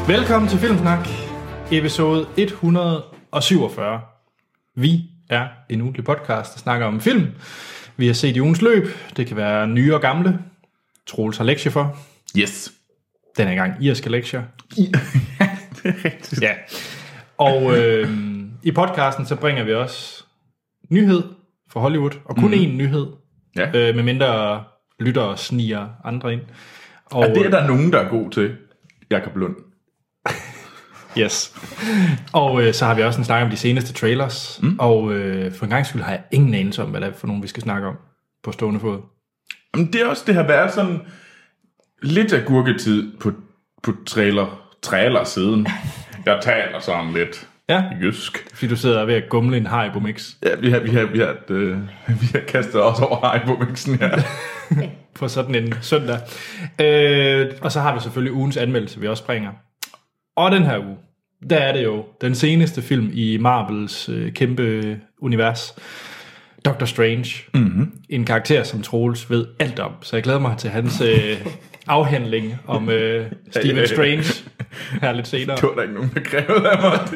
Velkommen til Filmsnak, episode 147. Vi er en ugentlig podcast, der snakker om film. Vi har set i ugens løb. Det kan være nye og gamle. Troels har lektier for. Yes. Den er i gang irske lektier. Ja, det er rigtigt. Ja. Og i podcasten så bringer vi også nyhed fra Hollywood. Og kun én nyhed. Ja. Med mindre lyttere sniger andre ind. Og det er der nogen, der er god til. Jakob Lund. Yes. Og så har vi også en snak om de seneste trailers. Og for en gang skyld har jeg ingen anelse om, hvad det er for nogen, vi skal snakke om på stående fod. Men det er også, det har været sådan lidt af gurketid på trailer siden. Jeg taler sådan lidt jysk. Fordi du sidder ved at gumle en Haribo Mix. Ja, vi har kastet os over Haribo Mixen her. På sådan en søndag. Og så har vi selvfølgelig ugens anmeldelse, vi også bringer. Og den her uge, der er det jo den seneste film i Marvels kæmpe univers. Doctor Strange. Mm-hmm. En karakter, som Troels ved alt om. Så jeg glæder mig til hans afhandling om Stephen Strange her lidt senere. Det var der ikke nogen, der krævede af mig.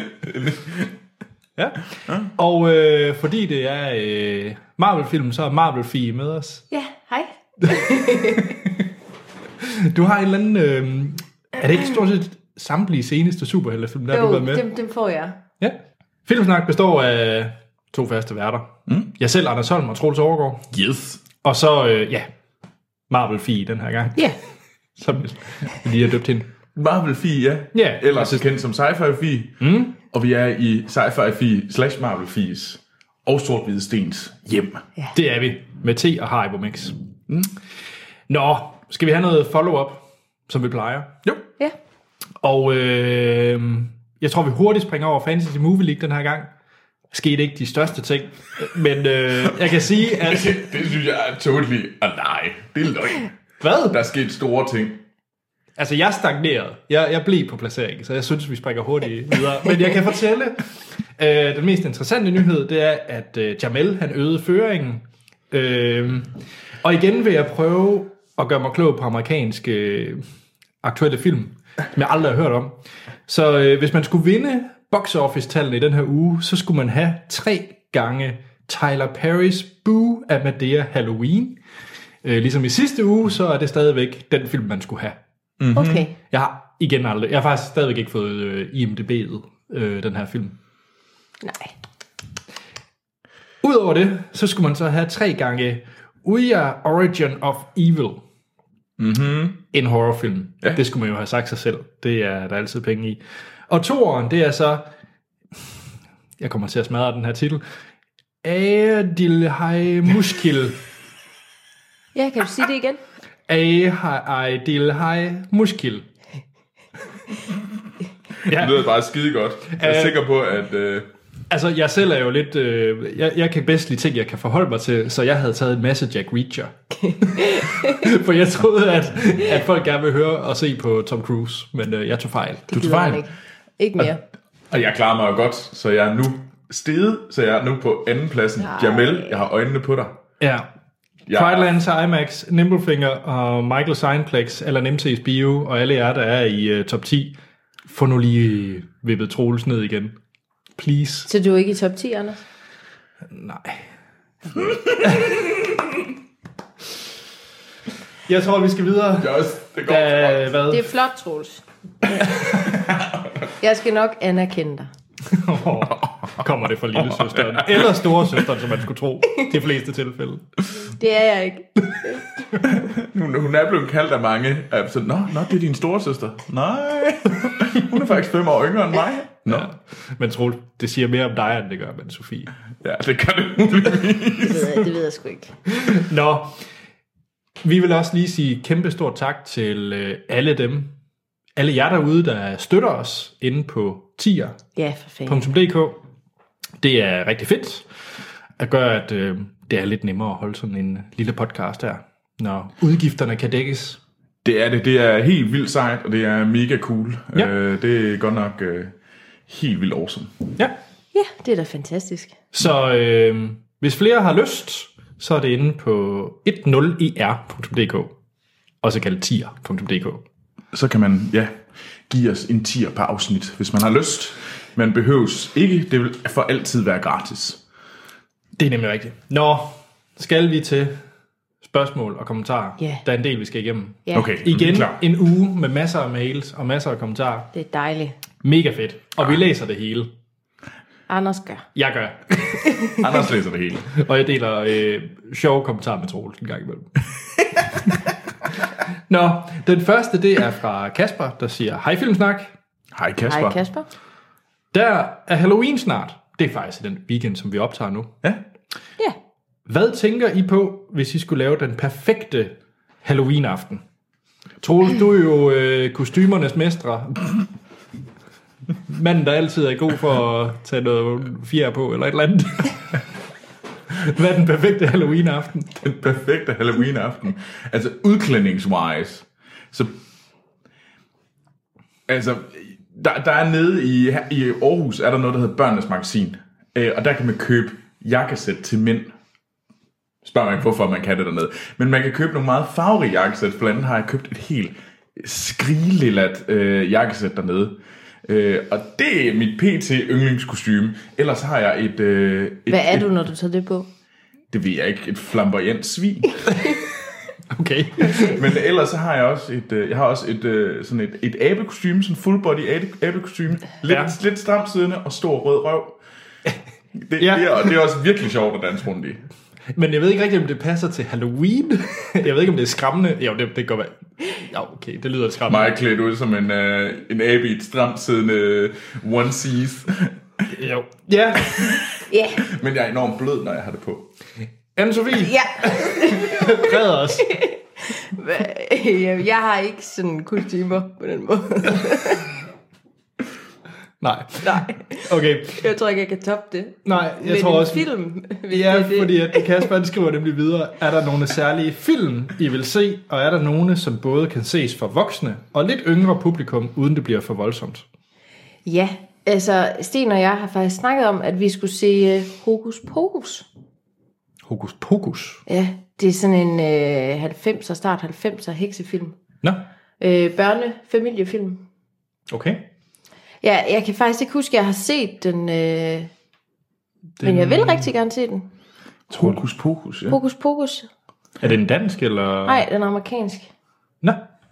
Ja. Og fordi det er Marvel-film, så er Marvel-Fie med os. Ja, hej. Du har en eller anden... er det ikke stort set samtlige seneste superheltefilm, der har du været med? Dem får jeg. Ja. Filmsnak består af 2 faste værter. Jeg selv, Anders Holm og Troels Overgaard. Yes. Og så, Marvel-Fie den her gang. Ja. Som vi lige har døbt hende. Marvel-Fie, ja. Ja. Ellers så kendt som Sci-Fi-Fie. Og vi er i Sci-Fi-Fie / Marvel-Fies og Sort-Hvide Stens hjem. Ja. Det er vi. Med te og Haribo Mix. Nå, skal vi have noget follow-up, som vi plejer? Jo. Ja. Og jeg tror, vi hurtigt springer over Fantasy Movie League den her gang. Skete ikke de største ting, men jeg kan sige, at... det synes jeg er totally... nej, det er løgn. Hvad? Der er sket store ting. Altså, jeg stagnerede. Jeg blev på placering, så jeg synes, vi springer hurtigt videre. Men jeg kan fortælle, den mest interessante nyhed, det er, at Jamel, han øgede føringen. Og igen vil jeg prøve at gøre mig klog på amerikanske aktuelle film, som jeg aldrig har hørt om. Så hvis man skulle vinde box office-tallene i den her uge, så skulle man have 3 gange Tyler Perry's Boo af Madea Halloween. Ligesom i sidste uge, så er det stadigvæk den film, man skulle have. Mm-hmm. Okay. Jeg har faktisk stadigvæk ikke fået IMDb'et den her film. Nej. Udover det, så skulle man så have 3 gange We Are Origin of Evil. En horrorfilm. Ja. Det skulle man jo have sagt sig selv. Det er der altid penge i. Og 2'eren, det er så... Jeg kommer til at smadre den her titel. Adilhaj Muskil. Ja, kan du sige det igen? Adilhaj Muskil. Ja. Det lyder bare skide godt. Jeg er sikker på, at... Altså, jeg selv er jo lidt... jeg kan bedst lide ting, jeg kan forholde mig til, så jeg havde taget en masse Jack Reacher. For jeg troede, at folk gerne vil høre og se på Tom Cruise, men jeg tog fejl. Du tog fejl. Ikke mere. Og jeg klarer mig jo godt, så jeg er nu steget, så jeg er nu på anden pladsen. Jamel, jeg har øjnene på dig. Ja. Firelands, IMAX, Nimblefinger og Michael Seinplex, eller MC's Bio, og alle jer, der er i top 10, få nu lige vippet Troels ned igen. Please. Så du er ikke i top 10, Anders? Nej. Jeg tror, vi skal videre. Det går hvad? Det er flot, Troels. Jeg skal nok anerkende dig. Kommer det fra lille søsteren eller store søsteren, som man skulle tro de fleste tilfælde. Det er jeg ikke. Hun er blevet kaldt af mange. Så, Nå, det er din store søster. Nej, hun er faktisk 5 år yngre end mig. Nå. Ja. Men Troels, det siger mere om dig, end det gør med Sofie. Ja, det gør det muligvis. Det ved jeg sgu ikke. Nå, vi vil også lige sige kæmpe stort tak til alle jer derude, der støtter os inde på tier.dk. Det er rigtig fedt at gøre, at det er lidt nemmere at holde sådan en lille podcast her, når udgifterne kan dækkes. Det er det. Det er helt vildt sejt, og det er mega cool. Ja. Det er godt nok helt vildt awesome. Ja. Ja, det er da fantastisk. Så hvis flere har lyst, så er det inde på 10er.dk, også kaldet tier.dk. Så kan man, give os en 10'er per afsnit, hvis man har lyst. Man behøves ikke, det vil for altid være gratis. Det er nemlig rigtigt. Nå, skal vi til spørgsmål og kommentarer? Ja. Der er en del, vi skal igennem. Ja, Okay, Igen klar. en uge med masser af mails og masser af kommentarer. det er dejligt. Mega fedt. Og vi læser det hele. Anders gør. Jeg gør. Anders læser det hele. Og jeg deler sjove kommentarer med Troels en gang imellem. Nå, den første, det er fra Kasper, der siger, hej Filmsnak. Hej Kasper. Hej Kasper. Der er Halloween snart. Det er faktisk den weekend, som vi optager nu. Ja. Ja. Hvad tænker I på, hvis I skulle lave den perfekte Halloween-aften? Troels, du er jo kostymernes mestre. Manden, der altid er god for at tage noget fjer på, eller et eller andet. Hvad er den perfekte Halloween-aften? Den perfekte Halloween-aften. Altså udklædningswise. Så, altså, der er nede i Aarhus, er der noget, der hedder Børnenes Magasin. Og der kan man købe jakkesæt til mænd. Spørg mig ikke, hvorfor man kan det dernede. Men man kan købe nogle meget farverige jakkesæt. For andet har jeg købt et helt skrigelillat jakkesæt dernede. Og det er mit PT yndlingskostyme. Ellers har jeg et... Hvad er du, når du tager det på? Det ved jeg ikke. Et flamboyant svin. Okay. Men ellers så har jeg også sådan et abekostyme, sådan full body abekostyme. Lidt stramt siddende og stor rød røv. Det er også virkelig sjovt at danse rundt i. Men jeg ved ikke rigtig, om det passer til Halloween. Jeg ved ikke, om det er skræmmende. Jo, det kan godt være. Ja, okay, det lyder skræmmende. Mig klædt ud som en abe i et stramt siddende onesies. Jo. Ja. Ja. Men jeg er enormt blød, når jeg har det på. Anne-Sophie, Ja. red os. Jeg har ikke sådan kostymer på den måde. Nej. Nej. Okay. Jeg tror ikke, jeg kan toppe det. Nej, jeg Men tror en også... film, hvis Ja, det er det. fordi at Kasper han skriver nemlig videre, er der nogle særlige film, I vil se, og er der nogle, som både kan ses for voksne og lidt yngre publikum, uden det bliver for voldsomt? Ja, altså Sten og jeg har faktisk snakket om, at vi skulle se Hokus Pokus. Hokus Pokus? Ja, det er sådan en 90'er, start 90'er heksefilm. Nå, Børnefamiliefilm. okay. Ja, jeg kan faktisk ikke huske, at jeg har set den, men jeg vil rigtig gerne se den. Hokus Pokus, ja. Hokus Pokus. Er det en dansk, eller? Nej, den er amerikansk. Nå,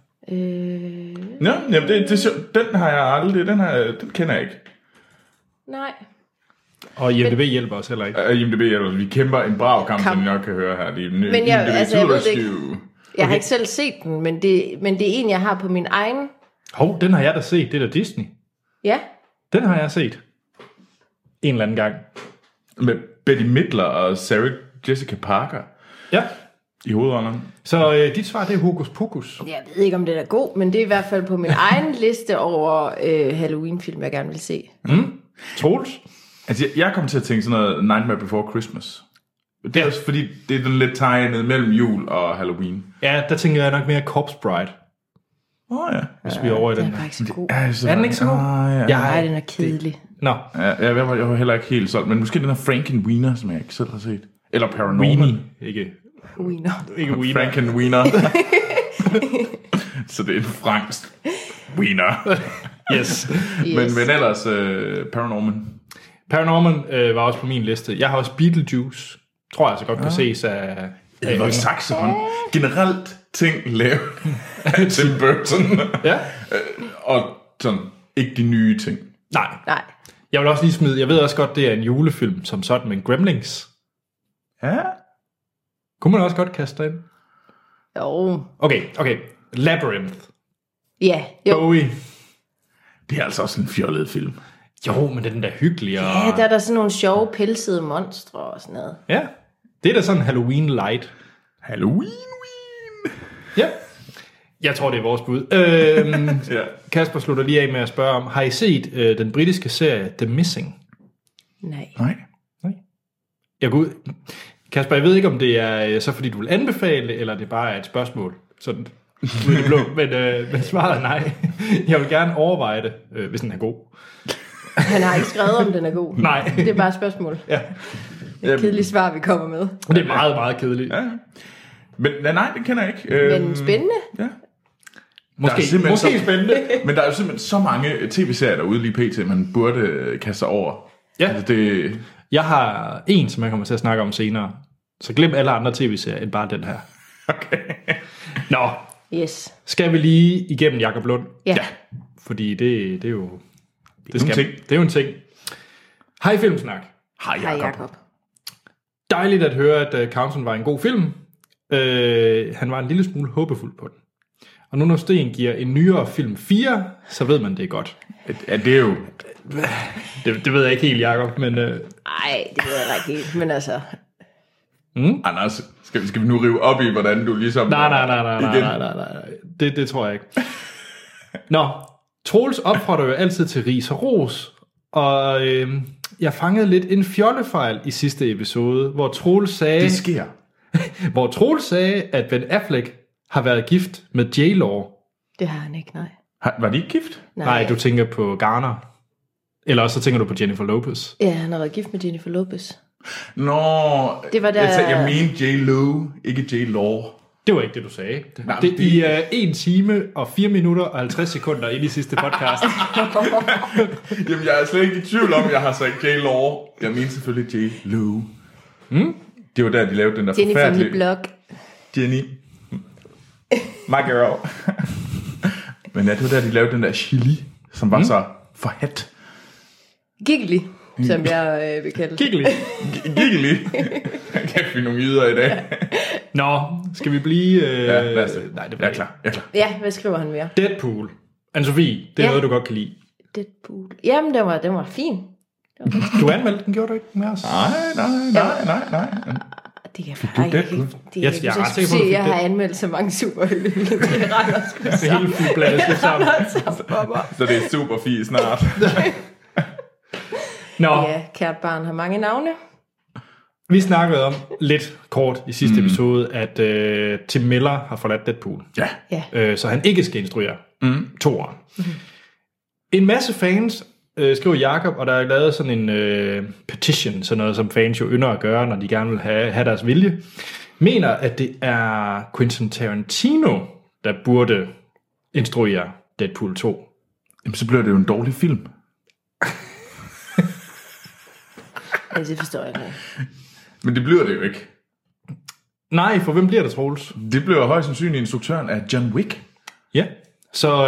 Ja, jamen den har jeg aldrig, den kender jeg ikke. Nej. og IMDb hjælper os heller ikke. IMDb, vi kæmper en brav kamp, som I nok kan høre her. Men jeg ved det ikke. Jeg har Okay. ikke selv set den, men det er en, jeg har på min egen. Hov, den har jeg da set, det er da Disney. Ja. Den har jeg set. En eller anden gang. Med Betty Midler og Sarah Jessica Parker Ja, i hovedrollerne. så dit svar, det er Hokus Pokus. Jeg ved ikke, om det er god, men det er i hvert fald på min egen liste over Halloween-film, jeg gerne vil se. Troels? Altså, jeg kom til at tænke sådan noget Nightmare Before Christmas. Det er også fordi, det er den lidt tegnet mellem jul og Halloween. Ja, der tænker jeg nok mere Corpse Bride, Ja. hvis vi er over i Den den er her. faktisk så god. Er den ikke så god? Ja. Nej, den er kedelig. Nå, Jeg var heller ikke helt solgt, men måske den her Frankenweenie, som jeg ikke selv har set. Eller Paranormal. Weenie. Ikke Wiener. Wiener. Frankenwiener. Så det er en fransk wiener. Yes. Yes. Men ellers Paranormal. Paranorman var også på min liste. Jeg har også Beetlejuice. Tror jeg så godt kan ses af Edward Saxon. Generelt ting lavet af Tim Burton. Ja. Og sådan, ikke de nye ting. Nej. Nej. Jeg vil også lige smide, jeg ved også godt, det er en julefilm som sådan, men Gremlings. Ja. Kunne man også godt kaste ind? Jo. Okay. Labyrinth. Ja, jo. Bowie. Det er altså også en fjollet film. Jo, men den der hyggelig og... Ja, der er der sådan nogle sjove pelsede monstre og sådan noget. Ja, det er da sådan Halloween light. Halloween. Ja. Jeg tror, det er vores bud. Ja. Kasper slutter lige af med at spørge om, har I set den britiske serie The Missing? Nej. Nej. Jeg går ud. Kasper, jeg ved ikke, om det er så fordi, du vil anbefale, eller det bare er et spørgsmål. Sådan ud i det blå. Men svaret er nej. Jeg vil gerne overveje det, hvis den er god. Han har ikke skrevet, om den er god. Nej. Det er bare et spørgsmål. Ja. Et kedeligt svar, vi kommer med. Det er meget, meget kedeligt. Ja. Men nej, den kender jeg ikke. Men spændende. Ja. Måske spændende. Men der er jo simpelthen så mange tv-serier derude lige pt, man burde kaste sig over. Ja. Altså det... Jeg har en, som jeg kommer til at snakke om senere. Så glem alle andre tv-serier end bare den her. Okay. Nå, Yes. skal vi lige igennem Jakob Lund? Ja. Fordi det er jo... Det en ting. Det er jo en ting. Hej Filmsnak. Hej Hej Jacob. Jacob. Dejligt at høre, at Council var en god film. Han var en lille smule håbefuld på den. Og nu når Sten giver en nyere film 4, så ved man det er godt. Ja, det er jo... Det ved jeg ikke helt, Jacob, men... Ej, det ved jeg da ikke helt, men altså... Anders, skal vi nu rive op i, hvordan du ligesom... Nej. Det tror jeg ikke. Nå, Troels opfordrer jo altid til ris og ros, og jeg fangede lidt en fjollefejl i sidste episode, hvor Troels sagde, at Ben Affleck har været gift med J-Law. Det har han ikke, nej. Var de ikke gift? Nej, du tænker på Garner. Eller også så tænker du på Jennifer Lopez. Ja, han har været gift med Jennifer Lopez. Nå, Det var der... jeg mente J-Lo, ikke J-Law. Det var ikke det, du sagde. Nej, det i 1 time og 4 minutter og 50 sekunder ind i sidste podcast. Jamen, jeg er slet ikke i tvivl om, jeg har sagt J-Law. Jeg mener selvfølgelig J-Lo. Det var der, de lavede den der Jenny forfærdelige... from the Block. Jenny. My girl. Men ja, det var der, de lavede den der chili, som var så forhat. Giggly, som jeg vil kalde det. Giggly. Giggly. Kæft, vi er nogle yder i dag. Nå, skal vi blive... Ja, lad os det. Nej, det Jeg er klar. Ja, hvad skriver han mere? Deadpool. Anne-Sophie, det er noget, du godt kan lide. Deadpool. Jamen, den var fin. Du anmeldte den, gjorde du ikke med os? Nej. Det kan jeg Deadpool. Jeg er ret sikker på, at du fik jeg har det. anmeldt så mange superheltefilm. Det er ret også sgu Det hele fik blandet lidt sammen. Så det er super fint snart. Nå, Ja, kært barn har mange navne. vi snakkede om lidt kort i sidste episode, at Tim Miller har forladt Deadpool. Ja. Så han ikke skal instruere toeren. En masse fans, skriver Jakob, og der er lavet sådan en petition, sådan noget som fans jo ynder at gøre, når de gerne vil have deres vilje, mener, at det er Quentin Tarantino, der burde instruere Deadpool 2. Jamen, så bliver det jo en dårlig film. Ja, det forstår jeg ikke. Men det bliver det jo ikke. Nej, for hvem bliver det, Troels? Det bliver højst sandsynligt instruktøren af John Wick. Ja, så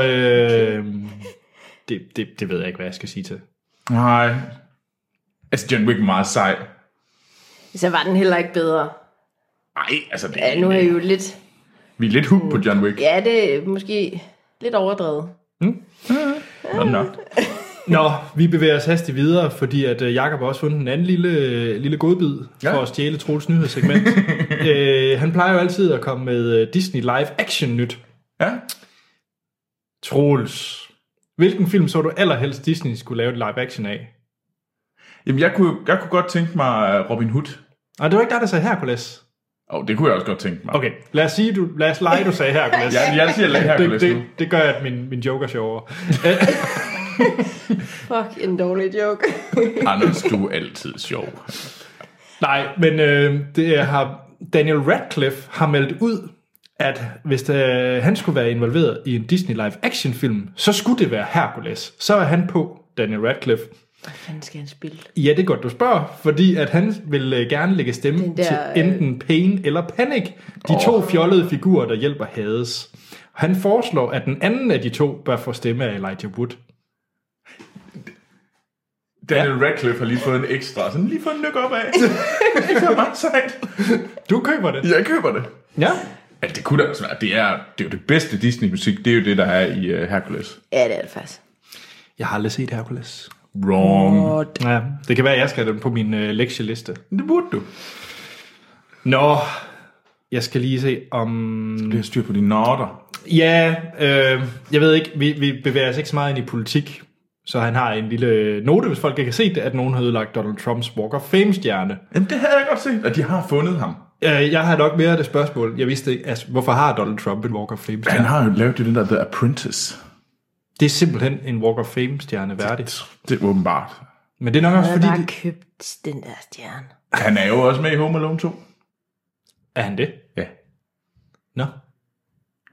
det ved jeg ikke, hvad jeg skal sige til. Nej. Altså, John Wick er meget sej. Så var den heller ikke bedre. Nej, altså det Ja, nu er jeg jo lidt... Vi er lidt hooked på John Wick. Ja, det er måske lidt overdrevet. Nok. Nå, vi bevæger os hastigt videre, fordi at Jakob har også fundet en anden lille godbid for at stjæle Troels nyhedssegment. Han plejer jo altid at komme med Disney live action nyt. Ja. Troels, hvilken film så du allerhelst Disney skulle lave et live action af? Jamen, jeg kunne godt tænke mig Robin Hood. Nej, det var ikke der sagde Hercules. Det kunne jeg også godt tænke mig. Okay, lad os lege, du sagde Hercules. Jeg siger Hercules nu. Det gør, at min joke er sjovere. Fuck, en dårlig joke. Anders, du er altid sjov. Nej, men Daniel Radcliffe har meldt ud, at hvis han skulle være involveret i en Disney live-action film, så skulle det være Hercules. Så er han på, Daniel Radcliffe. Hvad fanden skal han spille? Ja, det er godt, du spørger, fordi at han vil gerne lægge stemme til enten Pain eller Panic, de to fjollede figurer, der hjælper Hades. Han foreslår, at den anden af de to bør få stemme af Elijah Wood. Daniel Radcliffe har lige fået en ekstra, sådan lige fået en nyk op af. Det er meget sejt. Du køber det? Jeg køber det. Ja. Ja, det kunne da også være. Det er jo det bedste Disney-musik, det er jo det, der er i Hercules. Ja, det er det faktisk. Jeg har aldrig set Hercules. Wrong. Ja, det kan være, at jeg skal have den på min lektieliste. Det burde du. Nå, jeg skal lige se om... Det bliver styr på dine noter. Ja, jeg ved ikke, vi bevæger os ikke så meget ind i politik, så han har en lille note, hvis folk ikke har set det, at nogen har ødelagt Donald Trumps Walk of Fame-stjerne. Jamen, det havde jeg godt set, at de har fundet ham. Jeg har nok mere det spørgsmål. Jeg vidste ikke, altså, hvorfor har Donald Trump en Walk of Fame-stjerne? Han har jo lavet den der The Apprentice. Det er simpelthen en Walk of Fame-stjerne værdigt. Det er åbenbart. Men det er nok også fordi... Jeg har bare købt den der stjerne. Han er jo også med i Home Alone 2. Er han det? Ja. Nå.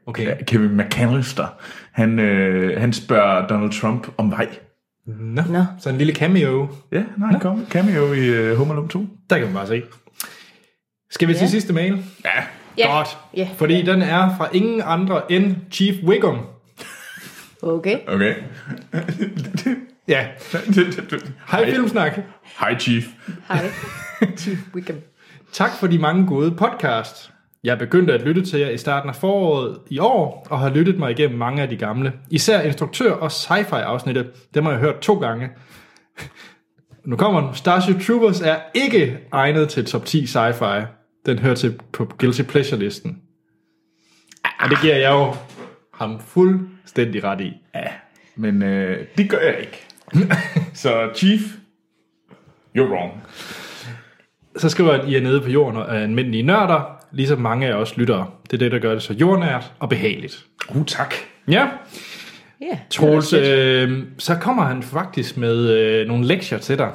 Okay. Kevin McAllister, han spørger Donald Trump om vej. Nå. Nå. Så en lille cameo. Ja, han kom. Cameo i Home Alone 2. Der kan man bare se. Skal vi til sidste mail? Ja. Ja. Godt. Ja. Fordi den er fra ingen andre end Chief Wiggum. Okay. Okay. Ja. Hej Filmsnak. Hej, Chief. Hej. Weekend. Tak for de mange gode podcast. Jeg begyndte at lytte til jer i starten af foråret i år, og har lyttet mig igennem mange af de gamle. Især instruktør- og sci-fi afsnittet. Dem har jeg hørt 2 gange. Nu kommer den. Starship Troopers er ikke egnet til top 10 sci-fi. Den hører til på Guilty Pleasure-listen. Og det giver jeg jo ham fuldstændig ret i. Ja, men det gør jeg ikke. Så Chief, you're wrong. Så skriver han, I er nede på jorden og er almindelige nørder, ligesom mange af os lyttere. Det er det, der gør det så jordnært og behageligt. Tak. Ja, Ja. Troels, så kommer han faktisk med nogle lektier til dig.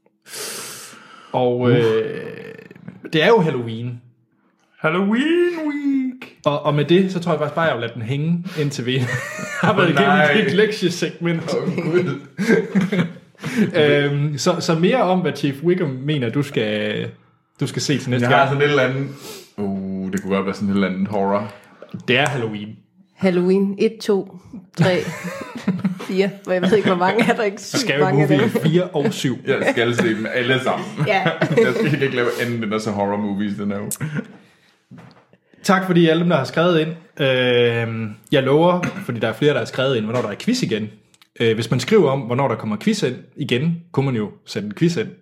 Og det er jo Halloween. Halloween week. Og med det, så tror jeg faktisk bare, jeg vil lade den hænge, indtil vi har været igennem et lektiesegment. Så mere om, hvad Chief Wiggum mener, du skal se til næste Jeg har gang. sådan et eller andet... det kunne godt være sådan et eller andet horror. Det er Halloween. Halloween 1, 2, 3, 4. Jeg ved ikke, hvor mange er der ikke. Scary mange af Movie dem. 4 og 7. Jeg skal se dem alle sammen. Ja. Jeg skal ikke lave anden end så horror movies, den er jo. Tak fordi alle dem, der har skrevet ind. Jeg lover, fordi der er flere, der har skrevet ind, hvornår der er quiz igen. Hvis man skriver om, hvornår der kommer quiz ind igen, kunne man jo sende en quiz ind.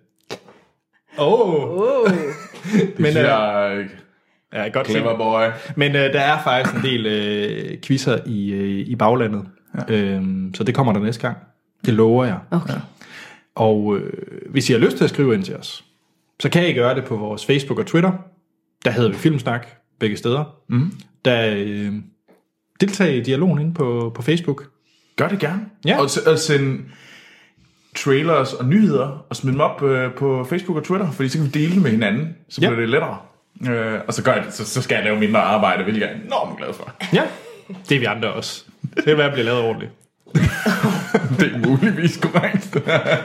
Men, ja, godt Clever set. boy. Men der er faktisk en del quizzer i baglandet. Ja. Så det kommer der næste gang. Det lover jeg. Okay. Ja. Og hvis I har lyst til at skrive ind til os, så kan I gøre det på vores Facebook og Twitter. Der hedder vi Filmsnak begge steder. Der deltager i dialogen inde på Facebook. Gør det gerne. Ja. Og send trailers og nyheder og smid dem op på Facebook og Twitter, fordi så kan vi dele det med hinanden. Så bliver det lettere. Og så gør jeg det, så skal jeg lave mindre arbejde, hvilket jeg er enormt glad for. Ja, det er vi andre også. Det er, hvad bliver lavet ordentligt. Det er muligvis korrekt.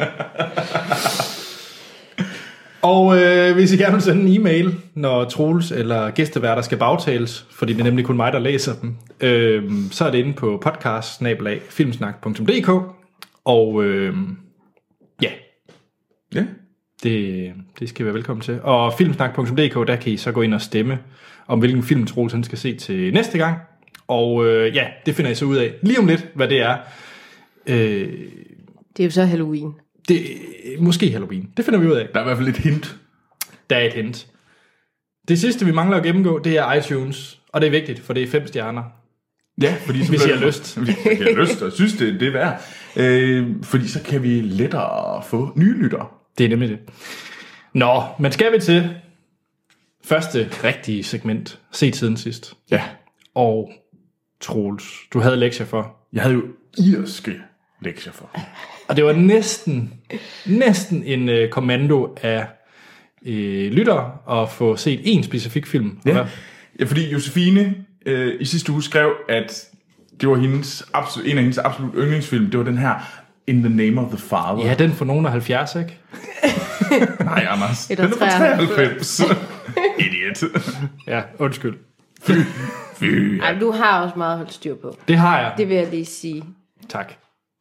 Og hvis I gerne vil sende en e-mail, når Troels eller gæsteværter skal bagtales, fordi det er nemlig kun mig, der læser dem, så er det inde på podcast@filmsnak.dk. Og ja, det skal I være velkommen til. Og filmsnak.dk, der kan I så gå ind og stemme om, hvilken film Troels han skal se til næste gang. Og det finder I så ud af lige om lidt, hvad det er. Det er jo så Halloween. Det måske Halloween. Det finder vi ud af. Der er i hvert fald et hint. Der er et hint. Det sidste, vi mangler at gennemgå, det er iTunes. Og det er vigtigt, for det er 5 stjerner. Ja, fordi så Hvis I har lyst. Hvis I har lyst og synes, det er værd. Fordi så kan vi lettere få nye lyttere. Det er nemlig det. Nå, men skal vi til første rigtige segment. Se tiden sidst. Ja. Og Troels, du havde lektier for. Jeg havde jo irske lektier for. Og det var næsten en kommando af lyttere at få set en specifik film. Ja, fordi Josefine i sidste uge skrev, at det var en af hendes absolut yndlingsfilm. Det var den her In the Name of the Father. Ja, den for nogen af 70, ikke? Nej, Anders. Den er fra 93. Idiot. Ja, undskyld. Fy. Ej, du har også meget holdt styr på. Det har jeg. Det vil jeg lige sige. Tak.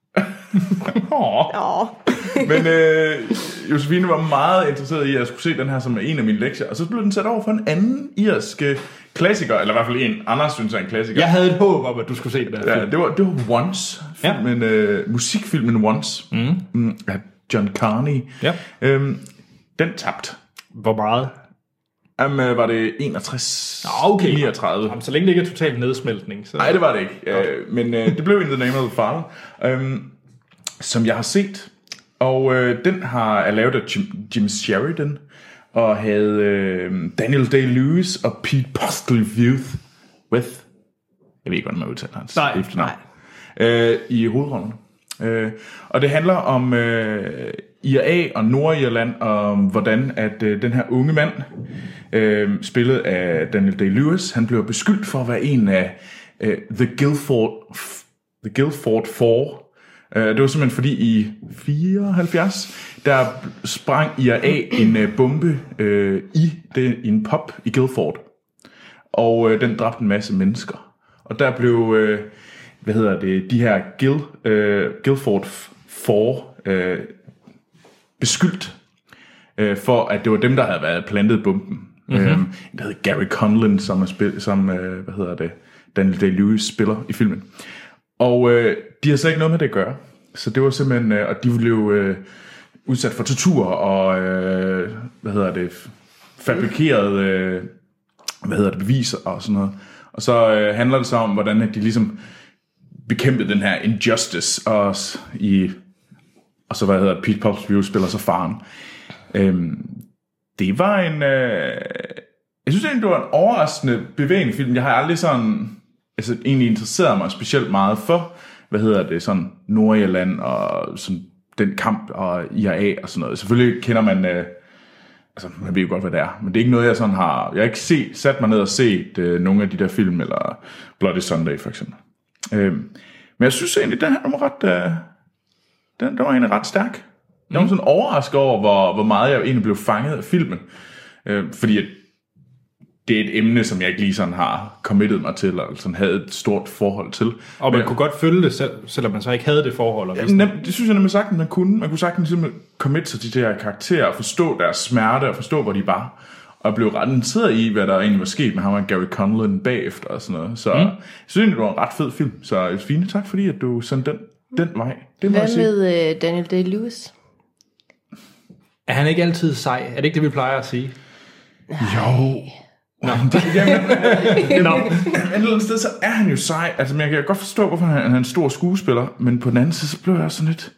Men Josefine var meget interesseret i, at jeg skulle se den her som en af mine lektier. Og så blev den sat over for en anden irsk klassiker. Eller i hvert fald en. Anders synes jeg er en klassiker. Jeg havde et håb om, at du skulle se det der Ja, film. det var Once. Musikfilmen Once. Af John Carney. Ja. Den tabte. Hvor meget? Jamen, var det 61? Okay. 39? Jamen, så længe det ikke er total nedsmeltning. Så... Nej, det var det ikke. Men det blev In the Name of the Father, som jeg har set. Og den er lavet af Jim Sheridan, og havde Daniel Day-Lewis og Pete Postlethwaite. Jeg ved ikke, hvordan man udtaler hans efternavn. I hovedrollen. Og det handler om IRA og Nordirland, og hvordan at den her unge mand, spillet af Daniel Day-Lewis, han blev beskyldt for at være en af The Guildford Four. Det var simpelthen fordi i 74, der sprang IRA en bombe i en pub i Guildford. Og den dræbte en masse mennesker. Og der blev, de her Guildford Four beskyldt for, at det var dem, der havde været plantet bomben. Mm-hmm. Der hed Gary Conlon, som Daniel Day-Lewis spiller i filmen. Og de har så ikke noget med det at gøre. Så det var simpelthen, og de blev udsat for tortur og, fabrikerede, beviser og sådan noget. Og så handler det så om, hvordan de ligesom bekæmpede den her injustice, og så Pete Postlethwaite spiller så faren. Det var en, jeg synes egentlig, det var en overraskende bevægende film. Jeg har aldrig sådan, egentlig interesseret mig specielt meget for, sådan Nordirland og sådan den kamp og IRA og sådan noget. Selvfølgelig kender man, man ved jo godt, hvad det er, men det er ikke noget, jeg sådan har, jeg har ikke sat mig ned og set nogle af de der film, eller Bloody Sunday for eksempel. Men jeg synes egentlig, den her den var egentlig ret stærk. Jeg var sådan overrasket over, hvor meget jeg egentlig blev fanget af filmen. Fordi det er et emne, som jeg ikke lige sådan har committet mig til, eller sådan havde et stort forhold til. Og man kunne godt følge det, selvom man så ikke havde det forhold. Det synes jeg nemlig sagtens, man kunne. Man kunne sagtens simpelthen committe sig til de her karakterer, og forstå deres smerte, og forstå, hvor de var. Og blev ret interesseret i, hvad der egentlig var sket med ham og Gary Conlon bagefter, og sådan noget. Så jeg synes egentlig, det var en ret fed film. Så fine tak, fordi at du sendte den vej. Det hvad med Daniel Day-Lewis? Er han ikke altid sej? Er det ikke det, vi plejer at sige? Jo. Nå. Et eller andet sted, så er han jo sej. Altså, men jeg kan godt forstå, hvorfor han er en stor skuespiller. Men på den anden side, så blev jeg sådan lidt...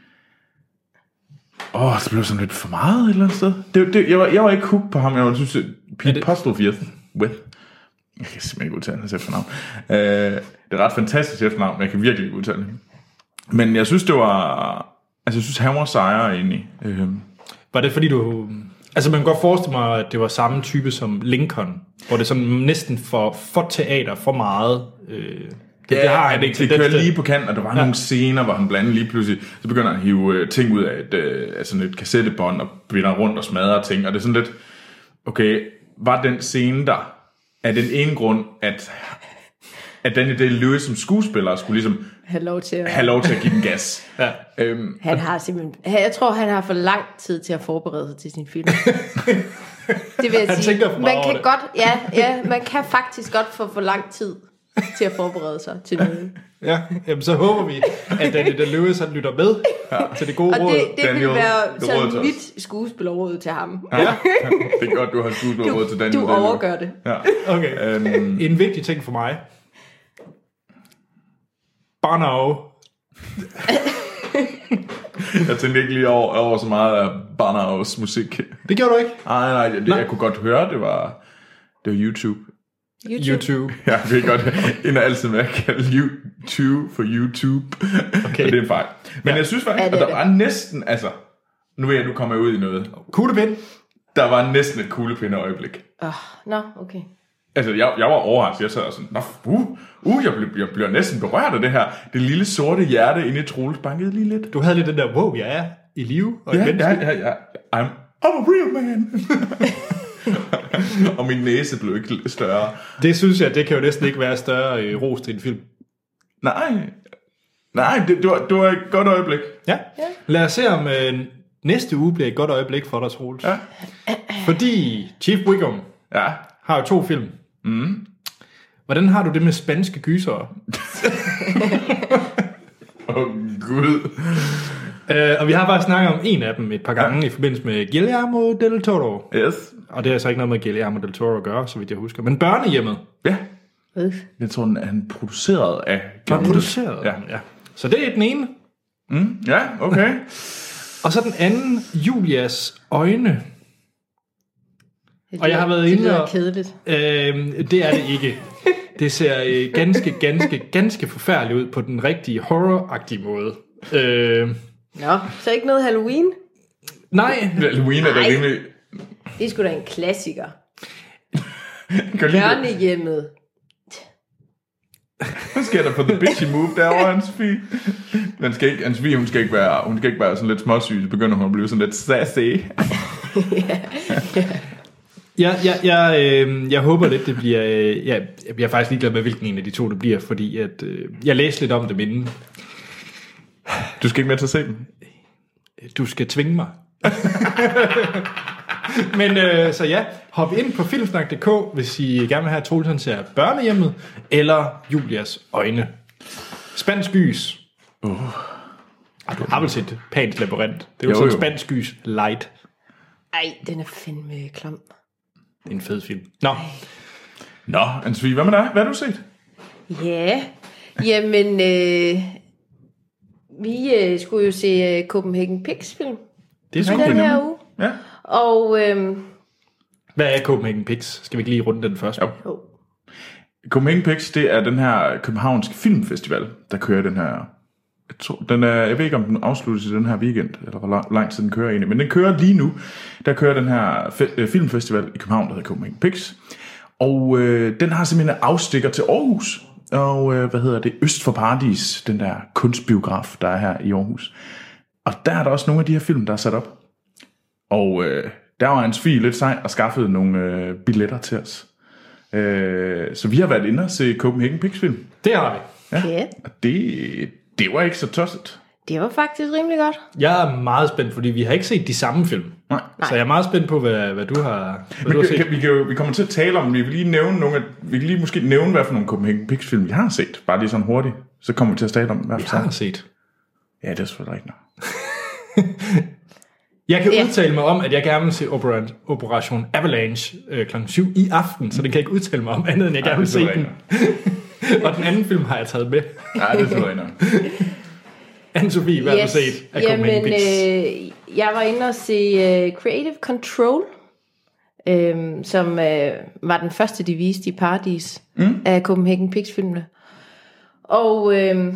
det blev sådan lidt for meget et eller andet sted. Jeg var ikke hooked på ham. Jeg synes, Pete Postlethwaite with... Jeg kan simpelthen ikke udtale hans efternavn. Det er ret fantastisk efternavn, men jeg kan virkelig ikke udtale det. Men jeg synes, det var... Altså, jeg synes, han var sejere egentlig. Var det fordi du... Altså man kan godt forestille mig, at det var samme type som Lincoln, hvor det sådan næsten for teater for meget. Det har han ikke. Det kører lige på kanten, og der var nogle scener, hvor han blandt lige pludselig, så begynder han at hive ting ud af et kassettebånd og binder rundt og smadrer ting, og det er sådan lidt, okay, var den scene der af den ene grund, at Daniel Day-Lewis som skuespiller skulle ligesom have lov til at give den gas. Ja. Han har simpelthen... Jeg tror, han har for lang tid til at forberede sig til sin film. Det vil jeg sige. Man kan godt... Ja, man kan faktisk godt få for lang tid til at forberede sig til noget. Ja, jamen, så håber vi, at Daniel Day-Lewis lytter med til det gode råd. Og det vil være sådan mit skuespillerråd til ham. Ja. Det er godt, du har skuespillerråd til Daniel. Du overgør det. Ja. Okay. En vigtig ting for mig. Barnau. Jeg tænkte ikke lige over så meget af Barnaus musik. Det gjorde du ikke? Nej, jeg kunne godt høre, det var YouTube. YouTube. Ja, det er godt. En af altid med at kalde YouTube for YouTube. Okay. Det er en fejl. Men jeg synes faktisk, at der var næsten, altså, nu ved jeg, du kommer ud i noget. Kuglepind. Der var næsten et kuglepinde øjeblik. Okay. Altså, jeg var overrasket. Jeg sad sådan, jeg bliver næsten berørt af det her. Det lille sorte hjerte inde i Troels bankede lige lidt. Du havde lidt den der, wow, jeg er i live. Og ja. I'm a real man. Og min næse blev ikke større. Det synes jeg, det kan jo næsten ikke være større ros til en film. Nej, det var et godt øjeblik. Ja. Lad os se om næste uge bliver et godt øjeblik for dig, Troels. Ja. Fordi Chief Wiggum har jo 2 film. Hvordan har du det med spanske gysere? Gud. Og vi har bare snakket om en af dem et par gange i forbindelse med Guillermo del Toro. Yes. Og det er altså ikke noget med Guillermo del Toro at gøre, så vidt jeg husker. Men Børnehjemmet. Ja. Jeg tror, han produceret af... Ja. Så det er den ene. Ja, okay. Og så den anden, Julias øjne. Og jeg har været inde og... kedeligt. Det er det ikke. Det ser ganske forfærdeligt ud på den rigtige horror-agtige måde. Så ikke noget Halloween? Nej. Halloween er da rimelig... Det er sgu da en klassiker. Børnehjemmet. Hvad sker der på The Bitchy Move derovre, Anne-Sophie? Anne-Sophie, hun skal ikke være sådan lidt småsyg, så begynder hun at blive sådan lidt sassy. Jeg håber lidt, det bliver... Jeg er faktisk ligeglad med, hvilken en af de to det bliver, fordi at, jeg læste lidt om dem inden. Du skal ikke med til at se dem? Du skal tvinge mig. Men så ja, hop ind på filmsnak.dk, hvis I gerne vil have, at Troelsen ser Børnehjemmet, eller Julias øjne. Spansk gys. Du har vel set Pans Labyrint. Det er jo sådan spansk gys light. Ej, den er fandme klam. Det er en fed film. Nå, Anne-Sophie, hvad med dig? Hvad har du set? Ja, jamen, vi skulle jo se Copenhagen Pigs film. Det er den her uge. Ja. Og hvad er Copenhagen Pigs? Skal vi ikke lige runde den først? Jo. Copenhagen Pigs, det er den her københavnske filmfestival, der kører den her... Jeg ved ikke, om den afsluttes i den her weekend, eller hvor lang tid den kører egentlig, men den kører lige nu. Der kører den her filmfestival i København, der hedder Copenhagen Pigs. Og den har simpelthen afstikker til Aarhus. Og Øst for Paradis, den der kunstbiograf, der er her i Aarhus. Og der er der også nogle af de her film, der er sat op. Og der var Anne-Sophie lidt sej og skaffede nogle billetter til os. Så vi har været inde og se Copenhagen Pigs film. Det har vi. Ja. Og det var ikke så tosset. Det var faktisk rimelig godt. Jeg er meget spændt, fordi vi har ikke set de samme film. Nej. Så jeg er meget spændt på, hvad du har, set. Vi kommer til at tale om, vi vil lige nævne måske nævne, hvad for nogle Copenhagen Pigs film vi har set. Bare lige sådan hurtigt. Så kommer vi til at tale om, hvad vi har set. Ja, det er selvfølgelig ikke noget. Jeg kan udtale mig om, at jeg gerne vil se Operation Avalanche kl. 7 i aften, så den kan ikke udtale mig om andet, end jeg gerne vil se den. Og den anden film har jeg taget med. Nej, det er selvfølgelig nok. Anne-Sophie, hvad har du set af Copenhagen Pigs? Jeg var inde og se Creative Control, som var den første, de viste i Paradis af Copenhagen Pigs-filmene. Og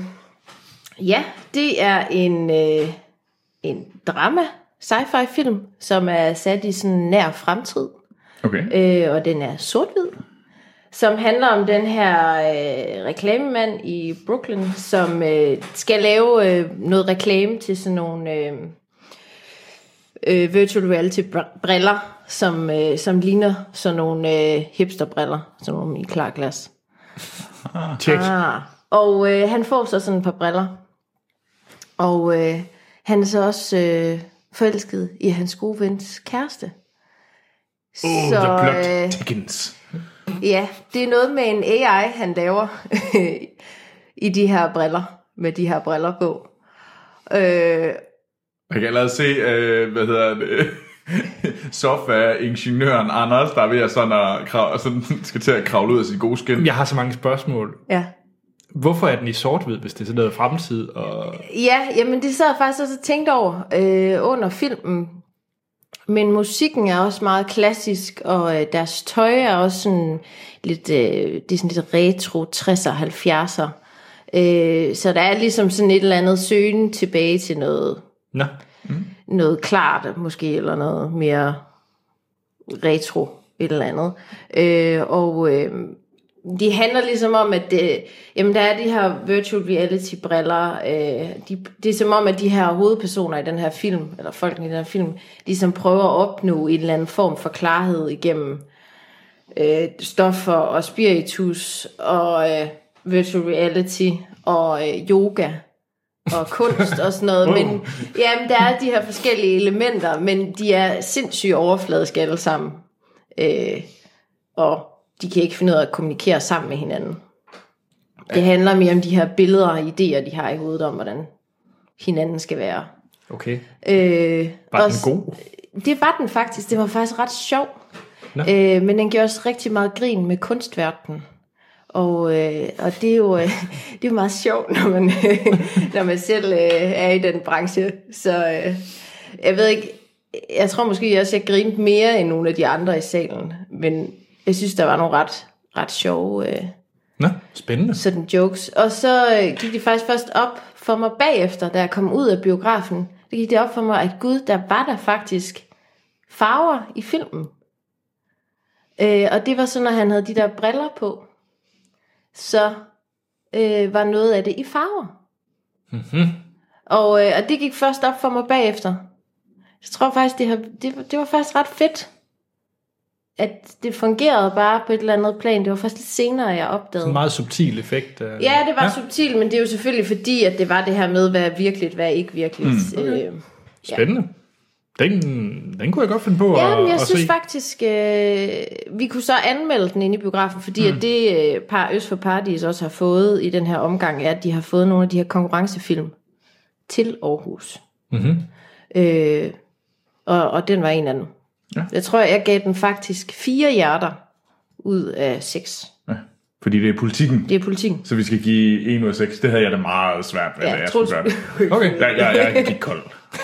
det er en drama, sci-fi film, som er sat i sådan nær fremtid. Okay. Og den er sort-hvid. Som handler om den her reklamemand i Brooklyn, som skal lave noget reklame til sådan nogle virtual reality briller, som ligner sådan nogle hipsterbriller, sådan nogle i klarglas. Og han får så sådan et par briller. Og han er så også forelsket i hans gode vens kæreste. The plot thickens. Ja, det er noget med en AI, han laver i de her briller, med de her briller på. Jeg kan allerede se, sofa-ingeniøren Anders, der er ved at sådan skal til at kravle ud af sit gode skin. Jeg har så mange spørgsmål. Ja. Hvorfor er den i sort-hvid, hvis det er sådan noget fremtid? Og... Ja, jamen det sad jeg faktisk også og tænkte over under filmen. Men musikken er også meget klassisk, og deres tøj er også sådan lidt, det er sådan lidt retro 60'er, 70'er. Så der er ligesom sådan et eller andet søgen tilbage til noget, noget klart måske, eller noget mere retro, et eller andet. De handler ligesom om, at jamen der er de her virtual reality briller. Det er som om, at de her hovedpersoner i den her film, eller folkene i den her film, ligesom prøver at opnå en eller anden form for klarhed igennem stoffer og spiritus og virtual reality og yoga og kunst og sådan noget. Men jamen, der er de her forskellige elementer, men de er sindssygt overfladiske alle sammen. Og de kan ikke finde ud af at kommunikere sammen med hinanden. Det handler mere om de her billeder og idéer, de har i hovedet om, hvordan hinanden skal være. Okay. Var den god? Det var den faktisk. Det var faktisk ret sjov. Men den gjorde også rigtig meget grin med kunstverdenen. Og det er jo det er meget sjovt, når man selv er i den branche. Så jeg ved ikke, jeg tror måske, jeg grinte mere end nogle af de andre i salen. Men jeg synes, der var nogle ret sjove spændende. Sådan jokes. Og så gik det faktisk først op for mig bagefter, da jeg kom ud af biografen. Så gik det op for mig, at gud, der var der faktisk farver i filmen. Og det var sådan, når han havde de der briller på. Så var noget af det i farver. Mm-hmm. Og det gik først op for mig bagefter. Jeg tror faktisk, det var faktisk ret fedt, at det fungerede bare på et eller andet plan. Det var først lidt senere, jeg opdagede. En meget subtil effekt. Ja, det var subtilt, men det er jo selvfølgelig fordi, at det var det her med, hvad er virkeligt, hvad er ikke virkeligt. Okay. Spændende. Den kunne jeg godt finde på men jeg synes se. Faktisk, vi kunne så anmelde den inde i biografen, fordi at det Øst for Paradis også har fået i den her omgang, er, at de har fået nogle af de her konkurrencefilm til Aarhus. Mm-hmm. Og den var en af dem. Ja. Jeg tror, jeg gav den faktisk 4 hjerter ud af 6. Ja, fordi det er politikken. Det er politikken. Så vi skal give 1 ud af 6. Det havde jeg da meget svært ved, at jeg skulle gøre det. Okay. Jeg gik kold.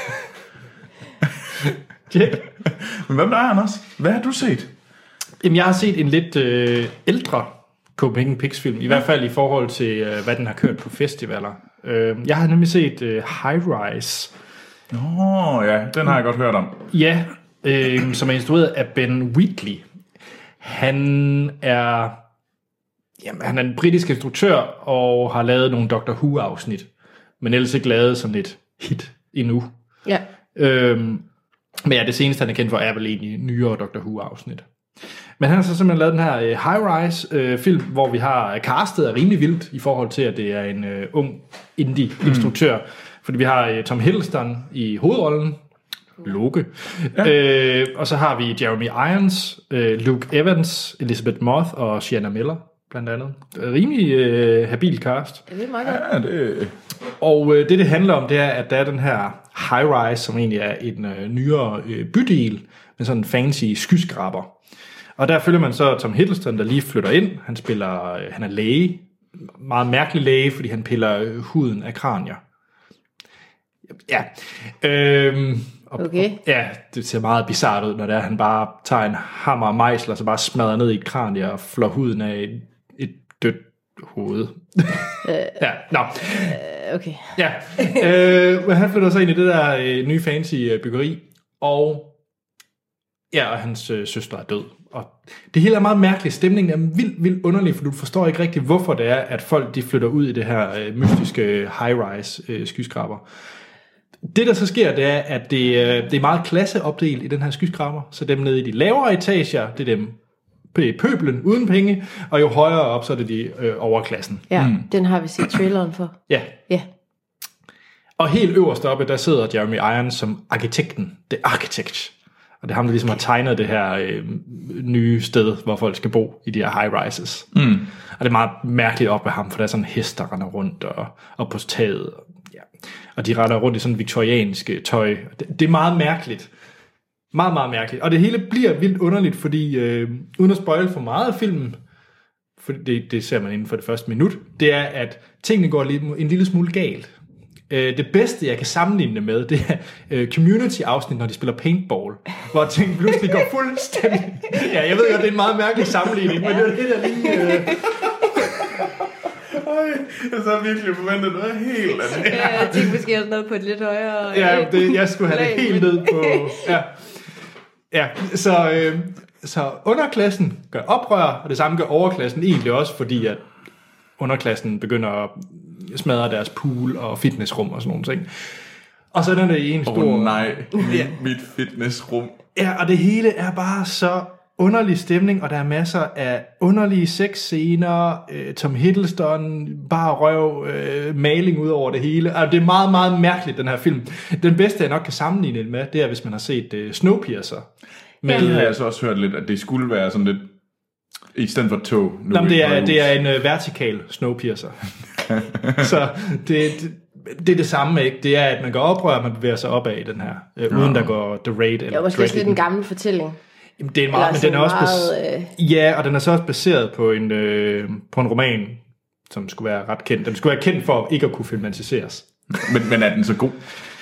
Men hvad med dig, Anders? Hvad har du set? Jamen, jeg har set en lidt ældre Copenhagen Pigs-film, i hvert fald i forhold til, hvad den har kørt på festivaler. Jeg har nemlig set High Rise. Ja, den har jeg godt hørt om. Ja, som er instrueret af Ben Wheatley. Han er en britisk instruktør og har lavet nogle Doctor Who-afsnit, men ellers ikke lavet sådan et hit endnu. Ja. Men ja, det seneste, han er kendt for, er vel egentlig nyere Doctor Who-afsnit. Men han har så simpelthen lavet den her High-Rise-film, hvor vi har castet er rimelig vildt i forhold til, at det er en ung indie-instruktør. Fordi vi har Tom Hiddleston i hovedrollen, Loke. Ja. Og så har vi Jeremy Irons, Luke Evans, Elizabeth Moth og Sienna Miller, blandt andet. Rimelig habil cast. Det er meget godt. Ja, det... Og det handler om, det er, at der er den her high-rise, som egentlig er en nyere bydel, med sådan en fancy skyskraber. Og der følger man så Tom Hiddleston, der lige flytter ind. Han er læge. Meget mærkelig læge, fordi han piller huden af kranier. Ja. Okay. Ja, det ser meget bizarrt ud, når det er, han bare tager en hammer og mejsel, og så bare smadrer ned i et kranie og flår huden af et dødt hoved. Ja, okay. Ja, men han flytter så ind i det der nye fancy byggeri, og hans søster er død. Og det hele er meget mærkeligt. Stemningen er vildt underlig, for du forstår ikke rigtigt, hvorfor det er, at folk de flytter ud i det her mystiske high-rise skyskraber. Det, der så sker, det er, at det er meget klasseopdelt i den her skyskraber, så dem nede i de lavere etager, det er dem pøblen uden penge, og jo højere op, så er det de overklassen. Ja, den har vi set traileren for. Ja. Ja. Og helt øverst oppe, der sidder Jeremy Irons som arkitekten, the architect. Og det er ham, der ligesom har tegnet det her nye sted, hvor folk skal bo i de her high-rises. Og det er meget mærkeligt op ved ham, for der er sådan en hest, der render rundt og på taget. Og de render rundt i sådan viktoriansk tøj. Det er meget mærkeligt. Meget, meget mærkeligt. Og det hele bliver vildt underligt, fordi uden at spoile for meget af filmen, for det ser man inden for det første minut, det er, at tingene går en lille smule galt. Det bedste, jeg kan sammenligne det med, det er Community-afsnit, når de spiller paintball, hvor ting pludselig går fuldstændig... Ja, jeg ved godt, det er en meget mærkelig sammenligning, men det er det, der lige... Jeg så virkelig forventet noget helt andet. Ja, jeg tænkte måske også noget på et lidt højere... Ja, jeg skulle have det helt ned på... Ja, så underklassen gør oprør, og det samme gør overklassen egentlig også, fordi at underklassen begynder at smadre deres pool og fitnessrum og sådan nogle ting. Og så er det en stor... nej, mit fitnessrum. Ja, og det hele er bare så underlig stemning, og der er masser af underlige sexscener, Tom Hiddleston, bare røv, maling ud over det hele. Altså, det er meget, meget mærkeligt, den her film. Den bedste, jeg nok kan sammenligne det med, det er, hvis man har set Snowpiercer. Men det har jeg så også hørt lidt, at det skulle være sådan lidt, i stedet for tog. Det er en vertikal Snowpiercer. Så det er det samme, ikke? Det er, at man går oprør, man bevæger sig opad i den her, uden der går The Raid. Det er måske lidt en gammel fortælling. Jamen, det er meget, men den er også ja, og den er så også baseret på en roman, som skulle være ret kendt. Den skulle være kendt for ikke at kunne filmatiseres. Men er den så god?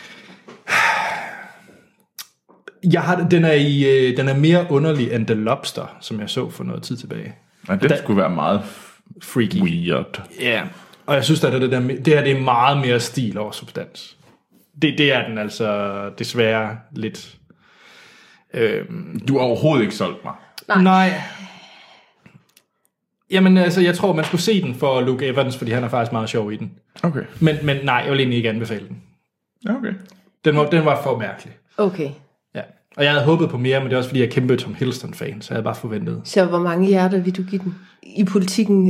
Den er mere underlig end The Lobster, som jeg så for noget tid tilbage. Ja, den skulle være meget freaky. Weird. Ja, og jeg synes, at det her det er meget mere stil over substans. Det er den altså desværre lidt... Du har overhovedet ikke solgt mig. Nej. Jamen, altså, jeg tror, man skulle se den for Luke Evans, fordi han er faktisk meget sjov i den. Okay. Men nej, jeg vil egentlig ikke anbefale den. Okay. Den var for mærkelig. Okay. Ja. Og jeg havde håbet på mere, men det er også fordi, jeg er kæmpe Tom Hiddleston-fan, så jeg havde bare forventet. Så hvor mange hjerter vil du give den i politikken?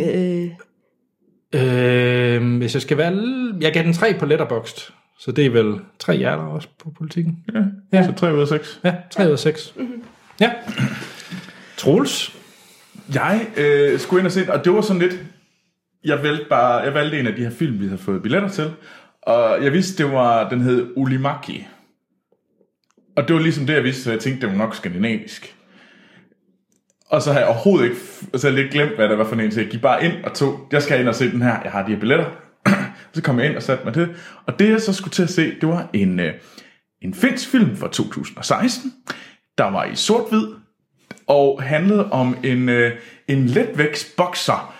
Hvis jeg skal være... Jeg gav den 3 på Letterboxd, så det er vel 3 hjerter også på politikken. Ja. Så 3 ud af 6. Ja, 3 ud af 6. Mm-hmm. Ja. Troels? Jeg skulle ind og se, og det var sådan lidt... Jeg valgte en af de her film, vi havde fået billetter til, og jeg vidste, den hed Ulimaki. Og det var ligesom det, jeg vidste, så jeg tænkte, det var nok skandinavisk. Og så har jeg overhovedet ikke, så jeg lidt glemt, hvad det var for en, så jeg gik bare ind og tog, jeg skal ind og se den her, jeg har de her billetter. Så kom jeg ind og satte mig til. Og det jeg så skulle til at se, det var en finsk film fra 2016, der var i sort-hvid, og handlede om en letvægtsbokser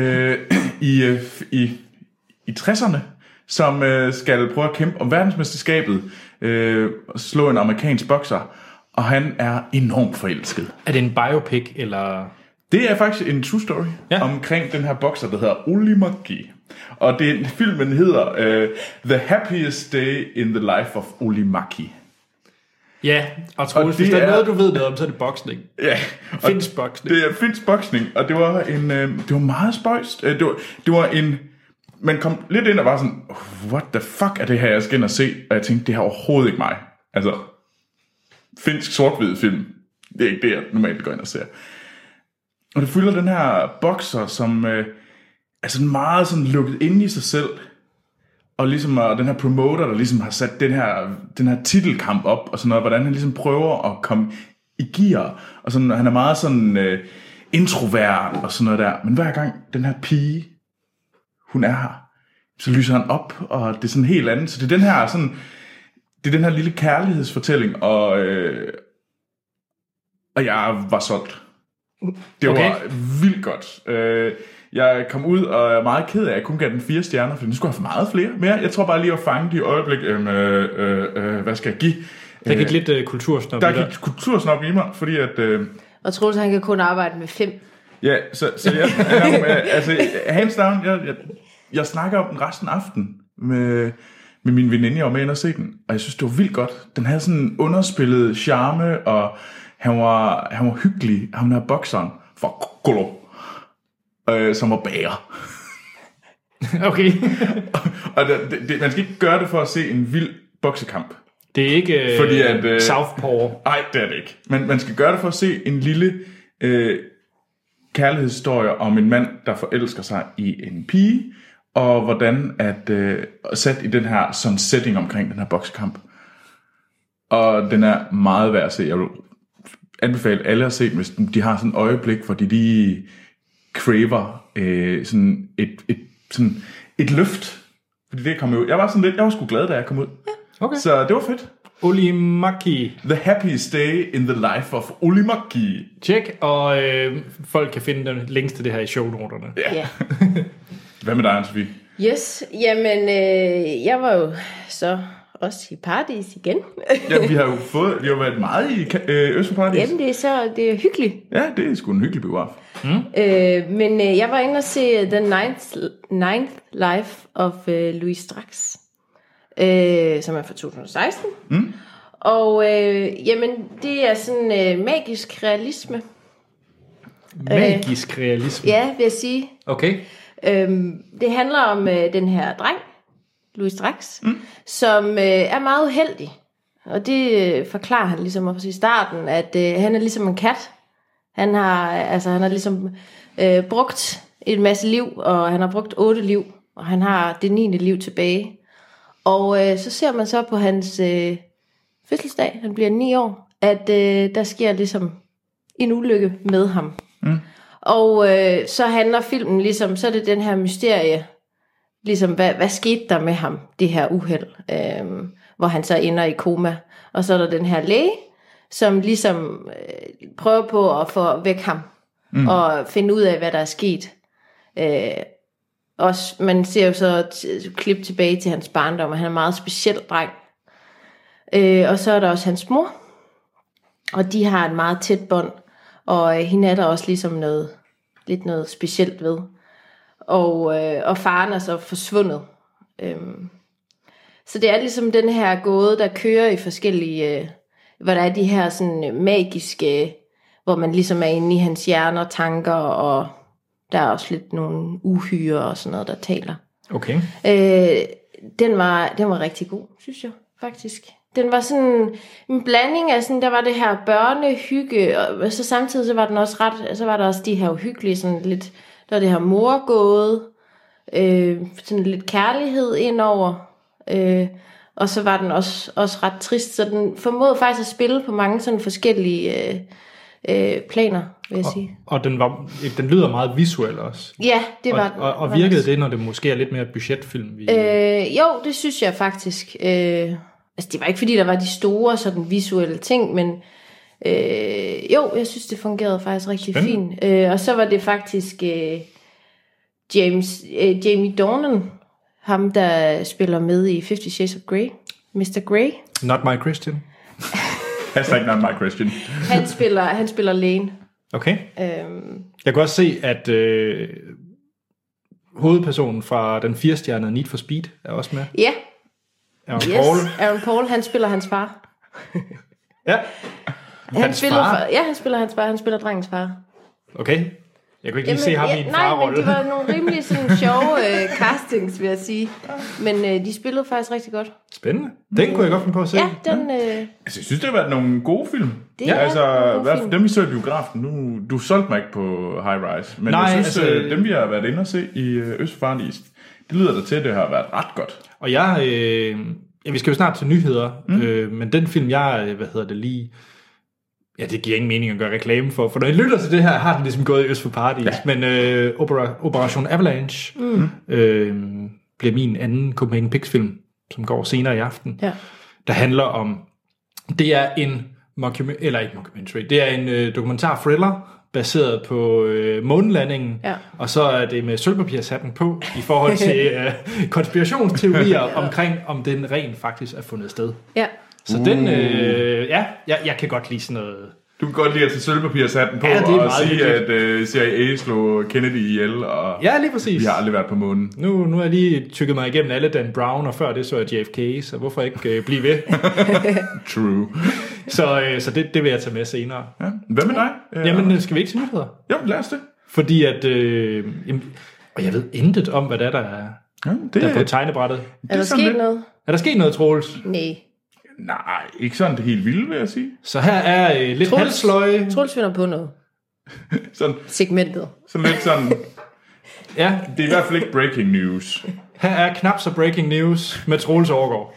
i 60'erne, som skal prøve at kæmpe om verdensmesterskabet, slå en amerikansk bokser, og han er enormt forelsket. Er det en biopic, eller... Det er faktisk en true story omkring den her bokser, der hedder Ulimaki. Og filmen hedder The Happiest Day in the Life of Ulimaki. Ja, og Troels, hvis der er noget, du ved noget om, så er det boksning. Ja. Finsk boksning. Det er finsk boksning, og det var meget spøjst. Det var en... Man kom lidt ind og var sådan, what the fuck er det her, jeg skal ind og se? Og jeg tænkte, det er overhovedet ikke mig. Altså, finsk sort-hvid film, det er ikke det, jeg normalt går ind og ser. Og det fylder den her bokser, som er sådan meget sådan lukket inde i sig selv. Og ligesom den her promoter, der ligesom har sat den her titelkamp op, og sådan noget, hvordan han ligesom prøver at komme i gear. Og sådan, han er meget sådan introvert og sådan noget der. Men hver gang den her pige, hun er her, så lyser han op, og det er sådan helt andet. Så det er den her lille kærlighedsfortælling, og jeg var solgt. Det var vildt godt. Jeg kom ud og er meget ked af, at jeg kun gav den 4 stjerner, for den skulle have for meget flere mere. Jeg tror bare lige at fange de øjeblik, hvad skal jeg give? Der gik lidt kultursnop i dig. Der gik kultursnop i mig, fordi at... Og Troels, han kan kun arbejde med 5. Ja, så jeg altså, hands down, jeg snakker om den resten af aften med min veninde, jeg var med ind og se den, og jeg synes, det var vildt godt. Den havde sådan en underspillet charme, og han var hyggelig, ham der bokseren fra Kolo, som var bager. Okay. og man skal ikke gøre det for at se en vild boksekamp. Det er ikke fordi at, Southpaw. Nej, det er det ikke. Men man skal gøre det for at se en lille kærlighedshistorie om en mand, der forelsker sig i en pige, og hvordan at sat i den her sådan setting omkring den her boksekamp. Og den er meget værd at se. Jeg vil anbefale alle at se, hvis de har sådan et øjeblik, hvor de lige craver sådan et løft. Fordi det kom ud. Jeg var sgu glad, da jeg kom ud. Ja. Okay. Så det var fedt. Ulimaki. The Happiest Day in the Life of Ulimaki. Tjek, og folk kan finde den links til det her i shownoterne. Ja. Hvad med dig, Anne-Sophie? Yes, jamen, jeg var jo så også i Paradis igen. Ja, vi har været meget i Øst for Paradis. Jamen, det er hyggeligt. Ja, det er sgu en hyggelig biograf. Men jeg var inde og se The Ninth Life of Louis Strauss, som er fra 2016. Og jamen, det er sådan magisk realisme. Magisk realisme? Ja, vil jeg sige. Okay. Det handler om den her dreng, Louis Strauss, som er meget uheldig. Og det forklarer han ligesom også i starten, at han er ligesom en kat. Han har ligesom brugt en masse liv, og han har brugt 8 liv, og han har det 9. liv tilbage. Og så ser man så på hans fødselsdag, han bliver 9 år, at der sker ligesom en ulykke med ham. Og så handler filmen ligesom, så er det den her mysterie, ligesom hvad skete der med ham, det her uheld, hvor han så ender i koma. Og så er der den her læge, som ligesom prøver på at få væk ham, og finde ud af, hvad der er sket. Også, man ser jo så et klip tilbage til hans barndom, og han er en meget speciel dreng. Og så er der også hans mor, og de har et meget tæt bånd, og hende er der også ligesom noget lidt noget specielt ved. Og faren er så forsvundet. Så det er ligesom den her gåde, der kører i forskellige, hvor der er de her sådan magiske, hvor man ligesom er inde i hans hjerne og tanker, og der er også lidt nogle uhyre og sådan noget, der taler. Okay. Den var rigtig god, synes jeg faktisk. Den var sådan en blanding af sådan, der var det her børnehygge, og så samtidig så var den også så var der også de her uhyggelige, sådan lidt, der var det her morgåde, sådan lidt kærlighed indover, og så var den også ret trist, så den formåede faktisk at spille på mange sådan forskellige planer, vil jeg sige. Og den lyder meget visuel også. Ja, det var og virkede det, når det måske er lidt mere budgetfilm? Jo, det synes jeg faktisk. Altså, det var ikke fordi, der var de store sådan visuelle ting, men jo, jeg synes, det fungerede faktisk rigtig fint. Og så var det faktisk Jamie Dornan, ham der spiller med i 50 Shades of Grey, Mr. Grey. Not my Christian. Hashtag not my Christian. Han spiller lægen. Okay. Jeg kan også se, at hovedpersonen fra den 4-stjernede Need for Speed er også med. Ja. Aaron Paul, han spiller hans far. Ja. Han spiller hans far. Han spiller drengens far. Okay. Jeg kunne ikke lige se ham i en farrolle. Nej, men det var nogle rimelig sådan sjove castings, vil jeg sige. Men de spillede faktisk rigtig godt. Spændende. Den kunne jeg godt finde på at se. Ja, den... Altså, jeg synes, det har været nogle gode film. Det er dem vi så i biografen. Nu, du solgte mig ikke på High Rise. Men nej, jeg synes, dem vi har været inde og se i Øst for Paradis, det lyder da til, at det har været ret godt. Og vi skal jo snart til nyheder. Men den film, jeg, lige... Ja, det giver ingen mening at gøre reklame for når I lytter til det her, har den ligesom gået i Øst for Paradis. Ja. Men Operation Avalanche bliver min anden Copenhagen Pigs-film, som går senere i aften. Ja. Der handler om... Det er en mockumentary. Det er en dokumentar-thriller, baseret på månelandingen. Ja. Og så er det med sølvpapirshatten på, i forhold til konspirationsteorier omkring, om den rent faktisk er fundet sted. Ja. Så den, jeg kan godt lide sådan noget. Du kan godt lide at tage sølvpapirshatten på og sige, at CIA slog Kennedy ihjel, og ja, lige præcis. Vi har aldrig været på månen. Nu har jeg lige tykket mig igennem alle Dan Brown, og før det så jeg JFK, så hvorfor ikke blive ved? True. Så det vil jeg tage med senere. Ja. Hvad med dig? Jamen, skal vi ikke til nyheder? Jo, lad os det. Fordi at, og jeg ved intet om, hvad der er, der er på tegnebrættet. Er der sket noget? Er der sket noget, Troels? Nej, ikke sådan det helt vilde, vil jeg sige. Så her er lidt halsløje. Troels finder på noget. Sådan, segmentet. Sådan lidt sådan... Ja. Det er i hvert fald ikke breaking news. Her er knap så breaking news med Troels Overgaard.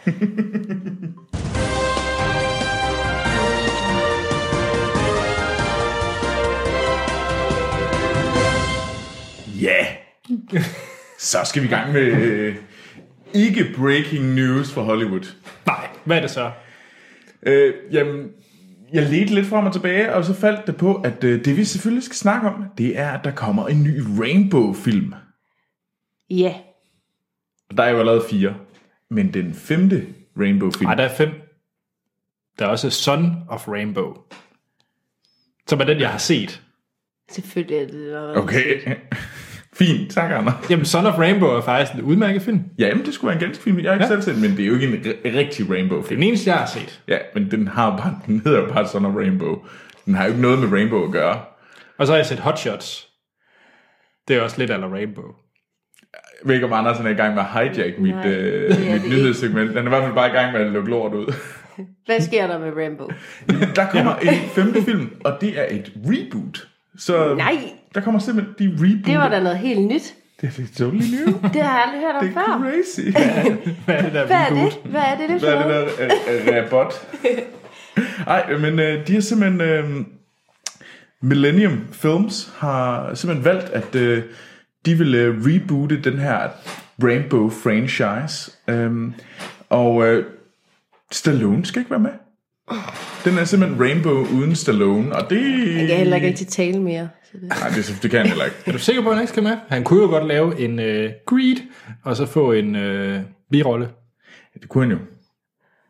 Ja. Så skal vi i gang med... ikke breaking news for Hollywood. Nej, hvad er det så? Jamen, jeg ledte lidt frem og tilbage, og så faldt det på, at det vi selvfølgelig skal snakke om, det er, at der kommer en ny Rainbow-film. Ja. Der er jo allerede 4, men den 5. Rainbow-film... Nej, der er 5. Der er også Son of Rainbow, som er den, jeg har set. Selvfølgelig er det. Okay. Fint, tak Anders. Jamen, Son of Rainbow er faktisk en udmærket film. Ja, jamen, det skulle være en ganske film. Jeg har ikke selv set, men det er jo ikke en rigtig Rainbow-film. Det er den eneste, jeg har set. Ja, men den hedder jo bare Son of Rainbow. Den har jo ikke noget med Rainbow at gøre. Og så har jeg set Hot Shots. Det er også lidt eller Rainbow. Jeg ved ikke, om Andersen er i gang med at hijack mit nyhedssegment. Den er i hvert fald bare i gang med at lukke lort ud. Hvad sker der med Rainbow? Der kommer en 5. film, og det er et reboot. Så nej. Der kommer simpelthen de reboot. Det var da noget helt nyt. Det er totally new. Det har jeg aldrig hørt om før. Det er crazy. Hvad er det der reboot? Hvad er det for noget? Hvad er det der robot? Ej, men de har simpelthen... Millennium Films har simpelthen valgt, at de vil reboote den her Rainbow franchise. Og Stallone skal ikke være med. Den er simpelthen Rainbow uden Stallone, og det... Jeg kan heller ikke rigtig tale mere. Nej, det kan han heller ikke. Er du sikker på, at han ikke skal med? Han kunne jo godt lave en Creed, og så få en birolle. Ja, det kunne han jo.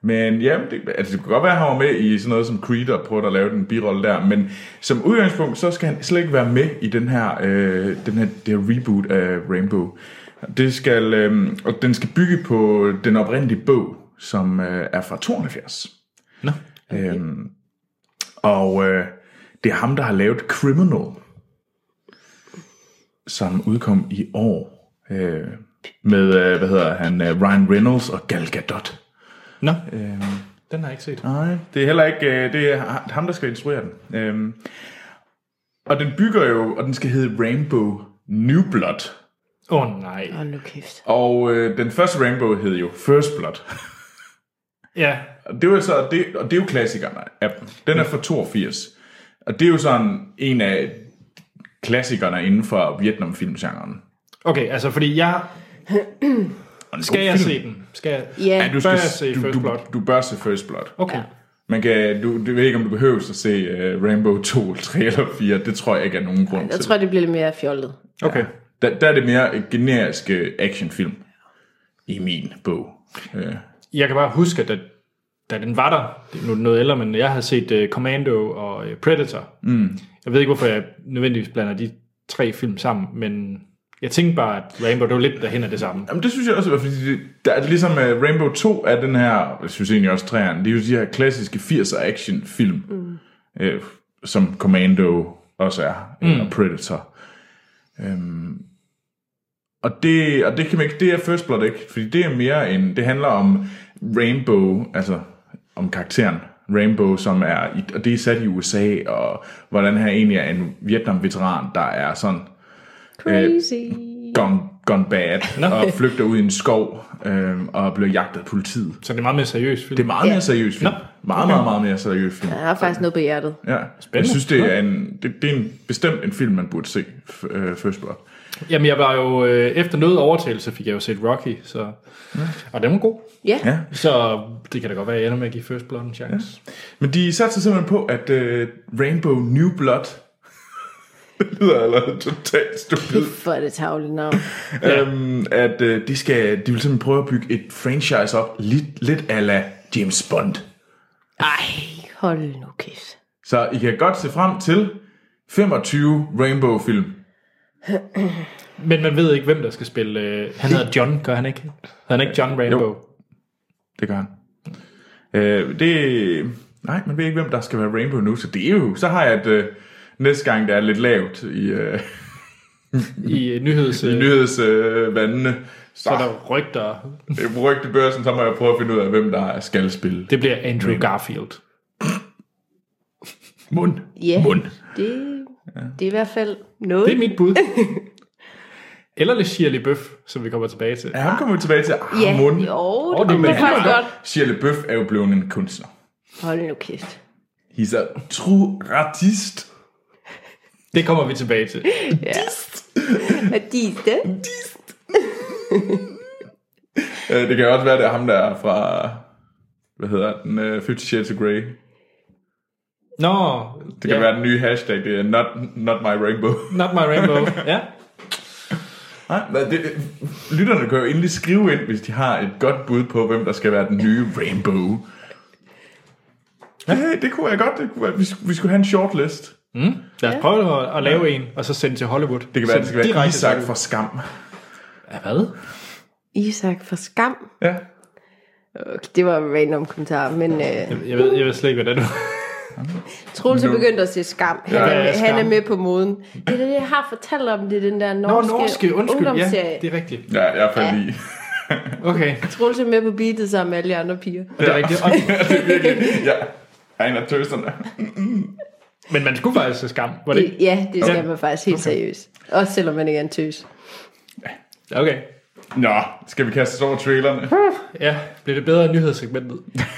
Men ja, det kunne godt være, at han var med i sådan noget som Creed og prøvede at lave den birolle der, men som udgangspunkt, så skal han slet ikke være med i det her reboot af Rainbow. Det skal, og den skal bygge på den oprindelige bog, som er fra 72. Nå. Okay. Og det er ham, der har lavet Criminal, som udkom i år med, Ryan Reynolds og Gal Gadot. Nå, den har jeg ikke set. Nej, det er heller ikke, det er ham, der skal instruere den. Og den bygger jo, og den skal hedde Rainbow New Blood. Nej. Nu kæft. Og den første Rainbow hed jo First Blood. Ja. Og det er jo klassikerne af dem. Den er fra 82. Og det er jo sådan en af klassikerne inden for Vietnamfilmgenren. Okay, altså fordi jeg... Skal jeg se den? Ja, Bør jeg se First Blood? Du bør se First Blood. Okay. Ja. Du ved ikke, om du behøver at se Rainbow 2, 3 eller 4. Det tror jeg ikke er nogen grund til. Jeg tror, det bliver lidt mere fjollet. Okay. Ja. Der er det mere generiske actionfilm i min bog. Jeg kan bare huske, at da den var der, det er nu noget ældre, men jeg havde set Commando og Predator. Jeg ved ikke, hvorfor jeg nødvendigvis blander de 3 film sammen, men jeg tænkte bare, at Rainbow, det var lidt derhen af det samme. Jamen det synes jeg også, fordi der er ligesom Rainbow 2 er den her, jeg synes egentlig også 3'eren, det er jo de her klassiske 80'er actionfilm, som Commando også er, og Predator. Og det kan man ikke, det er First Blood ikke, fordi det er mere end, det handler om Rainbow, altså om karakteren Rainbow, som er, og det er sat i USA, og hvordan han egentlig er en Vietnam-veteran, der er sådan Crazy. Gone bad, og flygter ud i en skov, og bliver jagtet af politiet. Så det er meget mere seriøst film? Det er meget mere seriøst film. Meget mere seriøst film. Jeg har faktisk noget på hjertet. Ja, jeg synes, det er bestemt en film, man burde se, First Blood. Jamen, jeg var jo, efter noget overtagelse, fik jeg jo set Rocky, så, og den var god. Ja. Så det kan da godt være, at jeg ender med at give First Blood en chance. Ja. Men de satte sig simpelthen på, at Rainbow New Blood, det lyder allerede totalt stupid. For det tavlige navn. At de vil simpelthen prøve at bygge et franchise op, lidt a la James Bond. Ej, hold nu kæft. Så I kan godt se frem til 25 Rainbow-film. Men man ved ikke, hvem der skal spille. Han hedder John, gør han ikke? Hedder han ikke John Rainbow? Jo, det gør han. Nej, man ved ikke, hvem der skal være Rainbow nu, så det er jo, så har jeg et næste gang, der er lidt lavt i nyhedsvandene. Så der rygter. Rygtebørsen, så må jeg prøve at finde ud af, hvem der skal spille. Det bliver Andrew Garfield. Mund. Ja, det er i hvert fald noget. Det er mit bud. Eller lidt Shirley Bøf, som vi kommer tilbage til. Ja, han kommer vi tilbage til. Ja, Mund. Jo, det er faktisk godt. Shirley Bøf er jo blevet en kunstner. Hold nu kæft. He's a true artist. Det kommer vi tilbage til. Ja. Artist. Det kan også være, det er ham, der er fra, hvad hedder den, 50 Shades of Grey. Nå. Det kan være den nye hashtag, det er not my rainbow. Not my rainbow, ja. Nej, lytterne kan jo endelig skrive ind, hvis de har et godt bud på, hvem der skal være den nye rainbow. Ja, det kunne jeg godt. Det kunne være, vi skulle have en shortlist. Lad os prøve at lave en, og så sende til Hollywood. Det kan være, det skal være Isak fra Skam. Ja, hvad? Isak fra Skam? Ja. Okay, det var en random kommentar, men... Jeg ved slet ikke, hvad det er. Troels er begyndt at se Skam. Han er med på moden. Det er det, jeg har fortalt om, det er den der norske ungdomsserie. Ja, det er rigtigt. Ja, jeg faldt i. Okay. Troels er med på beatet sammen med alle de andre piger. Det er rigtigt. Det er virkelig, ja. En af tøsterne. Men man skulle faktisk se Skam, var det? Ja, det skal man faktisk helt seriøst. Også selvom man ikke er en tøs. Okay. Nå, skal vi kaste os over trailerne? Ja, bliver det bedre end nyhedssegmentet?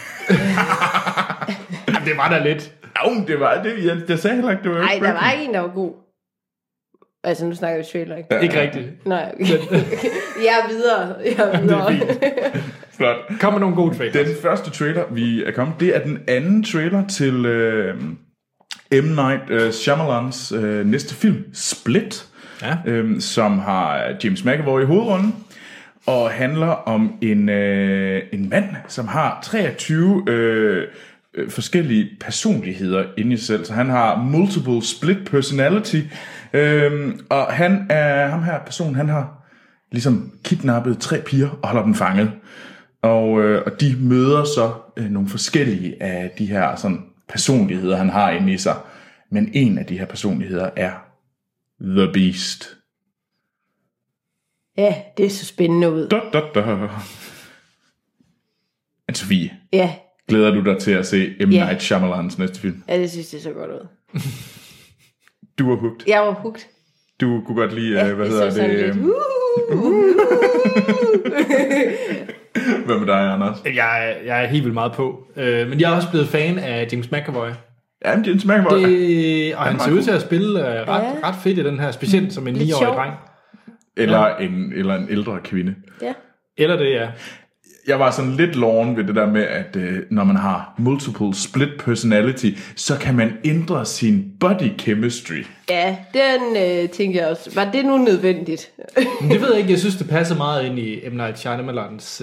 Jamen, det var da lidt. Jo, det var det. Jeg sagde heller ikke, det var. Nej, der var ikke en, der var god. Altså, nu snakker vi trailer, ikke? Ikke rigtigt. Nej, okay. Jeg er videre. Det er fint. Flot. Kom med nogle gode trailers. Den første trailer, vi er kommet, det er den anden trailer til M. Night Shyamalans næste film, Split, som har James McAvoy i hovedrollen. og handler om en mand, som har 23 forskellige personligheder inde i sig selv. Så han har multiple split personality, og han har ligesom kidnappet 3 piger og holder dem fanget. Og de møder så nogle forskellige af de her sådan, personligheder, han har inde i sig. Men en af de her personligheder er The Beast. Ja, det er så spændende ud. Anne-Sophie. Ja. Glæder du dig til at se M. Night Shyamalans næste film? Ja, det synes jeg så godt ud. Du var hooked. Jeg var hooked. Du kunne godt lide, hvad hedder det? Hvad med dig, Anders? Jeg er helt vildt meget på. Men jeg er også blevet fan af James McAvoy. Ja, James McAvoy. Og han ser ud til at spille ret fedt i den her, specielt som en 9-årig dreng. Eller en ældre kvinde. Ja. Eller det, ja. Jeg var sådan lidt loven ved det der med, at når man har multiple split personality, så kan man ændre sin body chemistry. Ja, den tænker jeg også. Var det nu nødvendigt? Det ved jeg ikke. Jeg synes, det passer meget ind i M. Night Shyamalans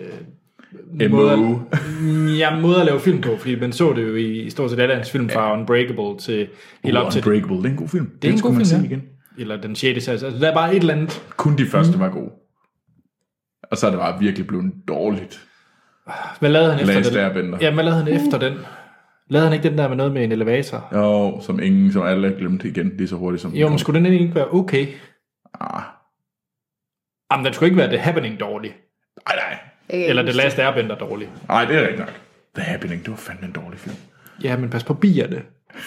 måde at lave film på. Fordi man så det jo i stort set alle hans film fra Unbreakable til... Unbreakable, det er en god film. Det er en god film, igen. Eller den 6. Altså, der er bare et eller andet... Kun de første var gode. Og så er det bare virkelig blevet dårligt. Hvad lavede han efter den? Ja, hvad lavede han efter den? Lavede han ikke den der med noget med en elevator? Jo, som alle glemte igen lige så hurtigt som... Jo, men skulle den ikke være okay? Jamen, den skulle ikke være The Happening dårlig. Nej. Eller The Last Airbender dårlig. Nej, det er rigtigt nok. The Happening, det var fandme en dårlig film. Ja, men pas på bierne.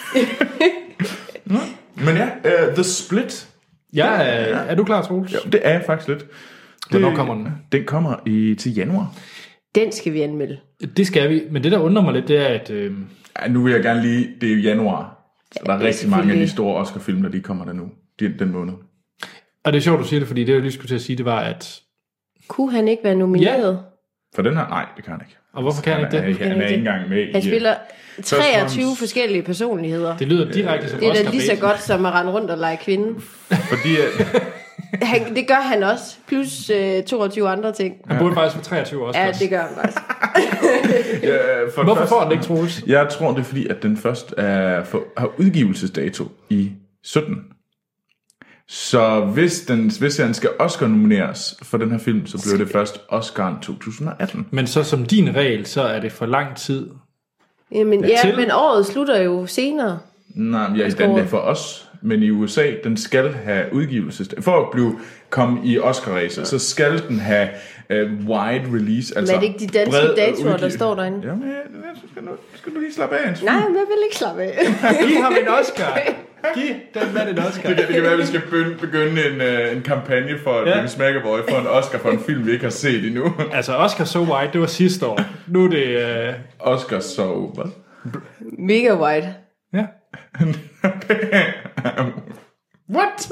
Men ja, The Split. Ja, er du klar, Troels? Ja, det er jeg faktisk lidt. Hvornår kommer den? Den kommer til januar. Den skal vi anmelde. Det skal vi, men det der undrer mig lidt, det er, at... nu vil jeg gerne lige... Det er jo januar. Så der er rigtig mange af de store Oscar-film, der de kommer der nu. Den måned. Og det er sjovt, du siger det, fordi det jeg lige skulle til at sige, det var, at... Kunne han ikke være nomineret? Ja. For den her? Nej, det kan han ikke. Og hvorfor kan han ikke det? Han er ikke engang med. Han spiller 23 forskellige personligheder. Det lyder direkte som Oscar. Det er da lige så godt som at rende rundt og lege kvinde. Fordi... det gør han også. Plus 22 andre ting. Han burde faktisk være 23 også. Ja, det gør han faktisk. Hvorfor får han det ikke, Troels? Jeg tror, det er fordi, at den først har udgivelsesdato i 17. Så hvis han skal Oscar-nomineres for den her film, så bliver det først Oscar'en 2018. Men så som din regel, så er det for lang tid. Men året slutter jo senere. Nej, men den er for os. Men i USA, den skal have udgivelsesdato. For at komme i Oscar-ræset, så skal den have wide release. Altså men er det ikke de danske datoer, der står derinde? Jamen, skal du lige slappe af. Nej, men jeg vil ikke slappe af. Giv ham en Oscar. Giv den mand en Oscar. Det kan være, at vi skal begynde en kampagne for James McAvoy for en Oscar for en film, vi ikke har set endnu. Altså, Oscar So White, det var sidste år. Nu er det... Oscar So... Hvad? Mega White. Ja. What?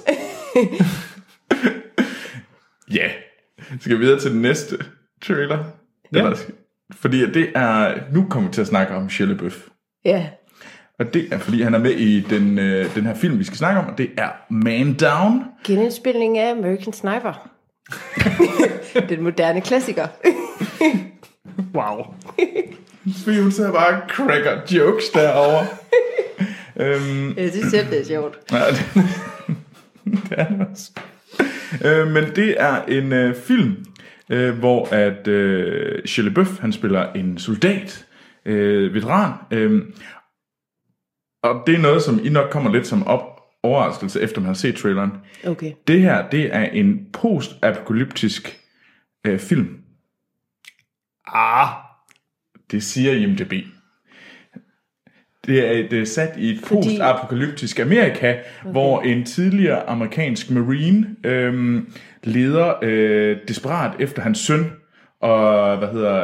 Ja. Skal vi videre til den næste trailer? Ja. Fordi det er... Nu kommer vi til at snakke om Shia LaBeouf. Ja. Og det er, fordi han er med i den her film, vi skal snakke om, og det er Man Down. Genindspilning af American Sniper. Den moderne klassiker. Wow. Hun sidder bare cracker jokes derovre. Jeg synes selv, det er sjovt. Ja, det er det også. Men det er en film, hvor at Shia LaBeouf, han spiller en soldat, veteran. Og det er noget, som I nok kommer lidt som overraskelse, efter man har set traileren. Okay. Det her, det er en post-apokalyptisk film. Det siger IMDb. Det er sat i et post-apokalyptisk Amerika, hvor en tidligere amerikansk marine leder desperat efter hans søn, og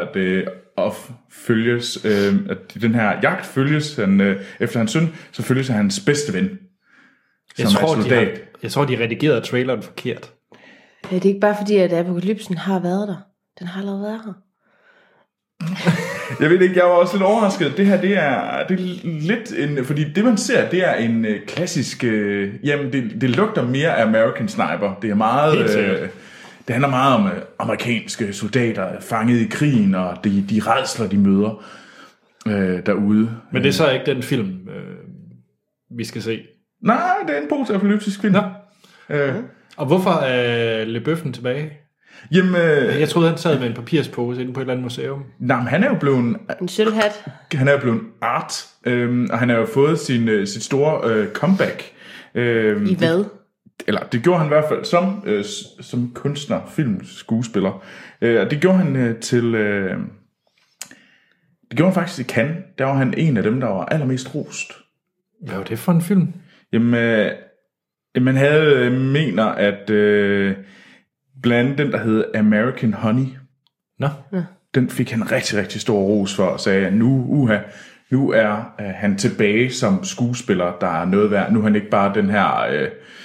følges, at den her jagt følges efter hans søn, så følges hans bedste ven, som er soldat. Jeg tror, de redigerede traileren forkert. Er det ikke bare fordi, at apokalypsen har været der? Den har allerede været her. Jeg ved ikke, jeg var også lidt overrasket. Det her, det er lidt en... Fordi det, man ser, det er en klassisk... jamen, det lugter mere af American Sniper. Det er meget... det handler meget om amerikanske soldater fanget i krigen, og de rædsler, de møder derude. Men det er så ikke den film, vi skal se? Nej, det er en postapokalyptisk film. Og hvorfor er LeBøffen tilbage? Jamen, jeg troede, han sad med en papirspose inde på et eller andet museum. Nej, men han er jo blevet... En sølvhat. Han er jo blevet art, og han har jo fået sit store comeback. I hvad? Eller det gjorde han i hvert fald som kunstner, filmskuespiller. Og det gjorde han det gjorde han faktisk i Cannes. Der var han en af dem, der var allermest rost. Hvad var det for en film? Jamen, man mener, at blandt andet den, der hed American Honey, den fik han rigtig, rigtig stor ros for, og sagde, at nu er han tilbage som skuespiller, der er noget værd. Nu er han ikke bare den her,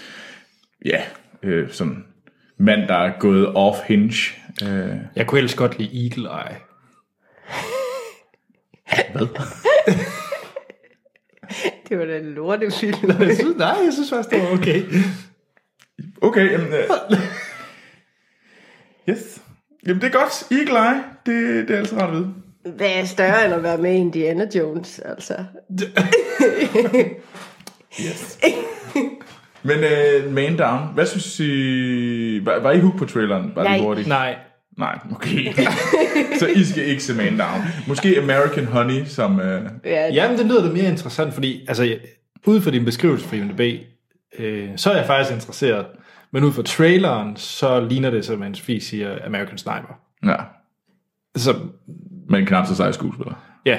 sådan mand, der er gået off-hinge. Jeg kunne ellers godt lide Eagle Eye. Hvad? Det var da en lortefilm. Jeg synes faktisk, det var okay. Okay, jamen... Yes. Jamen, det er godt. Eagle Eye, det er altid ret at vide. Hvad er større end at være med i Indiana Jones, altså? Yes. Men Man Down, hvad synes I... Var I hooked på traileren? Nej, okay. Så I skal ikke se Man Down. Måske American Honey, som... Jamen, det lyder da mere interessant, fordi... Altså, ud fra din beskrivelse for IMDb, så er jeg faktisk interesseret. Men ud fra traileren, så ligner det, som man siger, American Sniper. Ja. Så... Men knap så sej skuespiller. Ja.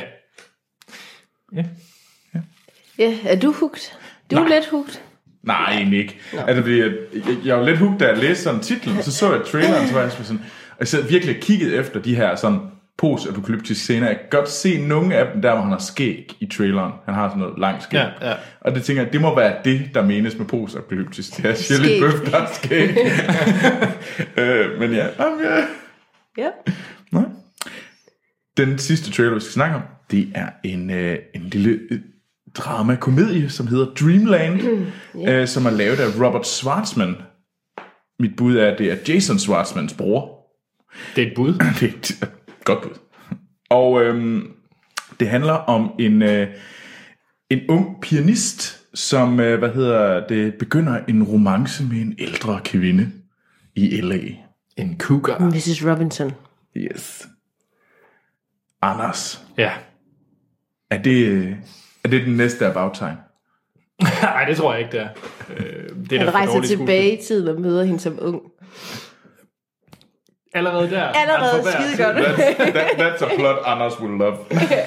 Ja, er du hooked? Du er lidt hooked. Nej, egentlig ikke. Altså, jeg var lidt hooked, da jeg læste sådan titlen, så så jeg traileren, så var jeg sådan... Og jeg sad virkelig kigget efter de her sådan post-apokalyptiske scener. Jeg kan godt se nogle af dem der, hvor han har skæg i traileren. Han har sådan noget langt skæg. Ja. Og det tænker jeg, det må være det, der menes med post-apokalyptisk. Det er Shelley Bøf, der er skæg. Men ja. Ja. Nej. Den sidste trailer, vi skal snakke om, det er en lille drama-komedie, som hedder Dreamland, som er lavet af Robert Schwartzman. Mit bud er, at det er Jason Schwartzmans bror. Det er et bud. Det er et godt bud. Og det handler om en ung pianist, som begynder en romance med en ældre kvinde i LA. En cougar. Mrs. Robinson. Yes. Anders. Ja. Er det den næste About Time? Nej, det tror jeg ikke, det er. Han rejser tilbage i tiden og møder hende som ung. Allerede der. Skide godt. That's a plot Anders will love.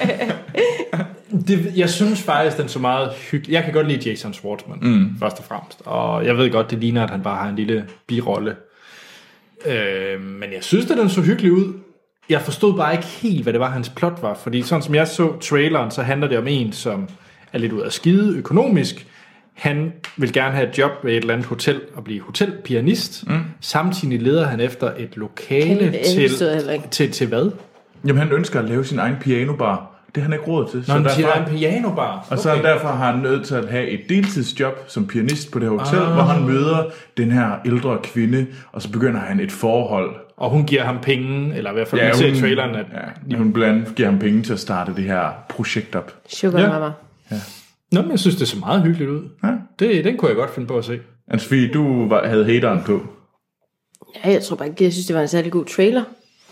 Jeg synes faktisk, den så meget hyggelig. Jeg kan godt lide Jason Schwartzman, først og fremmest. Og jeg ved godt, det ligner, at han bare har en lille birolle. Men jeg synes, at den så hyggelig ud. Jeg forstod bare ikke helt, hvad det var, hans plot var. Fordi sådan som jeg så traileren, så handler det om en, som er lidt ud af skide økonomisk. Han vil gerne have et job ved et eller andet hotel og blive hotelpianist. Samtidig leder han efter et lokale til hvad? Jamen han ønsker at lave sin egen pianobar. Det har han ikke råd til. Sin egen pianobar? Okay. Og så derfor har han nødt til at have et deltidsjob som pianist på det hotel, hvor han møder den her ældre kvinde, og så begynder han et forhold. Og hun giver ham penge, eller i hvert fald til traileren. Hun blandt andet giver ham penge til at starte det her projekt op. Sugar Mama. Ja. Nå, men jeg synes, det så meget hyggeligt ud. Ja. Den kunne jeg godt finde på at se. Anne-Sophie, du havde hateren på. Ja, jeg tror bare ikke, jeg synes, det var en særlig god trailer.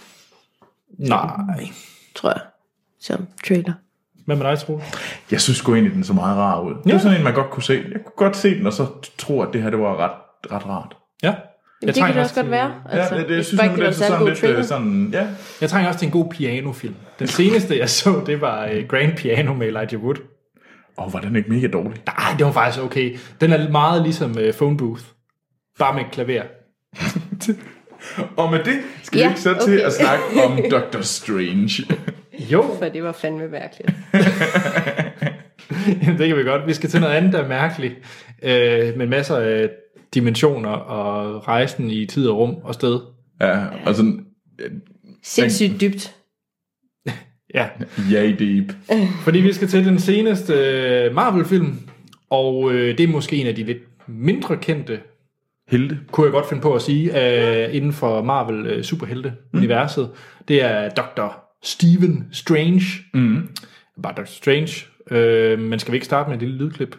Nej. Tror jeg. Som trailer. Hvad med dig, Troels? Jeg synes sgu egentlig, den så meget rar ud. Det er sådan en, man godt kunne se. Jeg kunne godt se den, og så tro, at det her det var ret rart. Ja. Det kan det også godt være. Altså, ja, det synes jeg, det er sådan lidt sådan, ja. Jeg trænger også til en god pianofilm. Den seneste, jeg så, det var Grand Piano med Elijah Wood. Var den ikke mega dårlig? Nej, det var faktisk okay. Den er meget ligesom Phone Booth. Bare med klaver. Og med det skal vi ikke så til at snakke om Doctor Strange. Jo. For det var fandme mærkeligt. Det kan vi godt. Vi skal til noget andet, der er mærkeligt. Med masser af dimensioner og rejsen i tid og rum og sted. Ja, og sådan... Sindssygt dybt. Ja. Deep. Fordi vi skal til den seneste Marvel-film, og det er måske en af de lidt mindre kendte helte. Kunne jeg godt finde på at sige, inden for Marvel superhelte-universet. Det er Dr. Stephen Strange. Bare Dr. Strange. Men skal vi ikke starte med et lille lydklip?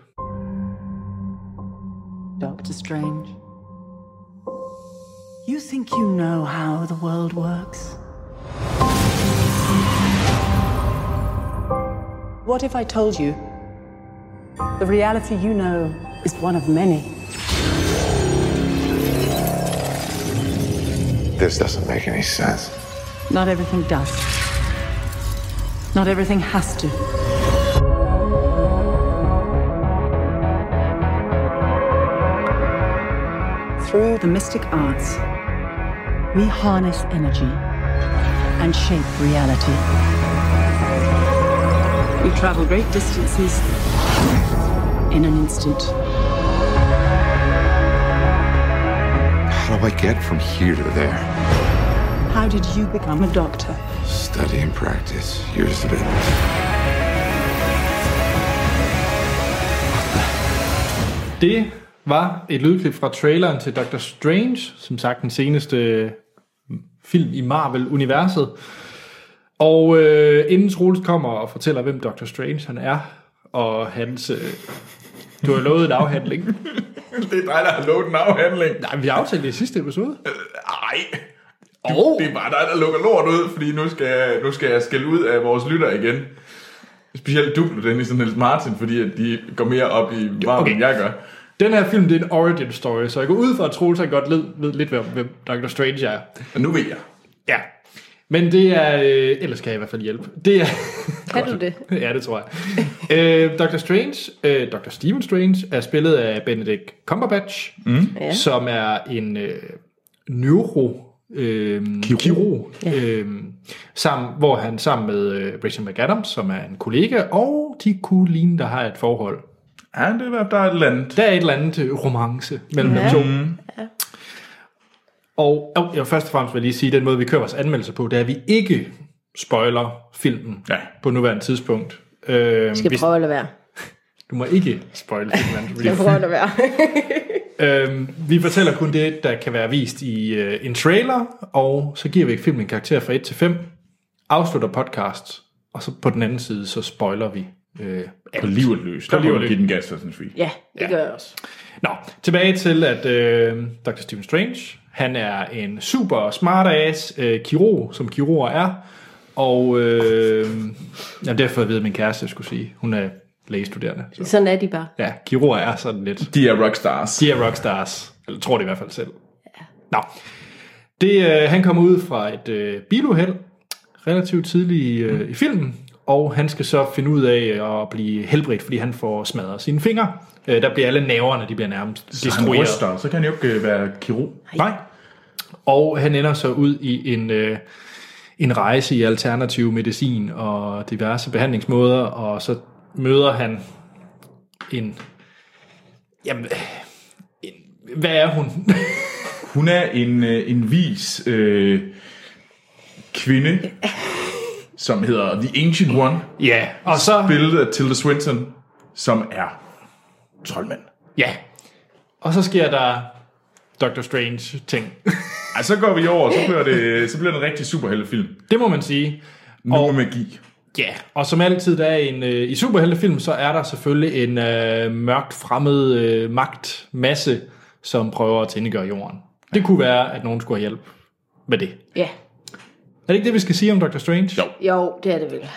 Dr. Strange. You think you know how the world works? What if I told you the reality you know is one of many? This doesn't make any sense. Not everything does. Not everything has to. Through the mystic arts, we harness energy and shape reality. We travel great distances in an instant. How do I get from here to there? How did you become a doctor? Study and practice. Years of it. Det var et lydklip fra traileren til Dr. Strange, som sagt den seneste film i Marvel-universet. Og inden Troels kommer og fortæller, hvem Dr. Strange han er, og hans... du har lovet en afhandling. Det er dig, der har lovet en afhandling. Nej, vi har aftalt det i sidste episode. Nej. Det er bare dig, der lukker lort ud, fordi nu skal jeg skælde ud af vores lytter igen. Specielt du, Dennis og Niels Martin, fordi at de går mere op i Marvel, end jeg gør. Den her film, det er en origin story, så jeg går ud fra, at Troels han godt ved lidt, hvem Dr. Strange er. Og nu ved jeg. Ja. Men det er... ellers kan jeg i hvert fald hjælpe. Det er... Kan du det? Ja, det tror jeg. Dr. Strange, Dr. Stephen Strange, er spillet af Benedict Cumberbatch, som er en kirurg, hvor han sammen med Rachel McAdams, som er en kollega, og de kunne ligne, der har et forhold. Ja, der er et eller andet. Der er et eller andet romance mellem dem to. Ja. Og først og fremmest vil jeg lige sige, at den måde, vi kører vores anmeldelser på, det er, at vi ikke spoiler filmen på nuværende tidspunkt. Vi skal prøve at lade være. Du må ikke spoile filmen. Vi skal prøve at lade være. Vi fortæller kun det, der kan være vist i en trailer, og så giver vi filmen en karakter fra 1 til 5, afslutter podcast, og så på den anden side, så spoiler vi på livet løs. Der må vi give den gas, synes vi. Ja, det gør jeg også. Nå, tilbage til, at Dr. Stephen Strange, han er en super smart-ass kirurg, som kirurger er, og derfor ved min kæreste, jeg skulle sige, hun er lægestuderende. Så. Sådan er de bare. Ja, kirurger er sådan lidt. De er rockstars. De er rockstars, eller tror det i hvert fald selv. Ja. Nå, han kommer ud fra et biluheld, relativt tidligt i filmen, og han skal så finde ud af at blive helbredt, fordi han får smadret sine fingre. Der bliver alle nerverne, de bliver nærmest destrueret. Så kan han jo ikke være kirurg. Nej. Og han ender så ud i en rejse i alternativ medicin og diverse behandlingsmåder, og så møder han hvad er hun? Hun er en vis kvinde, som hedder The Ancient One. Ja, og så... Spillet af Tilda Swinton, som er troldmand. Ja, og så sker der Dr. Strange ting. Så går vi over, så bliver det en rigtig superheltefilm. Det må man sige. Og magi. Ja, og som altid der er i superheltefilm, så er der selvfølgelig en mørkt fremmed magtmasse, som prøver at tændegøre jorden. Det kunne være, at nogen skulle have hjælp med det. Ja. Er det ikke det, vi skal sige om Dr. Strange? Jo, det er det vel.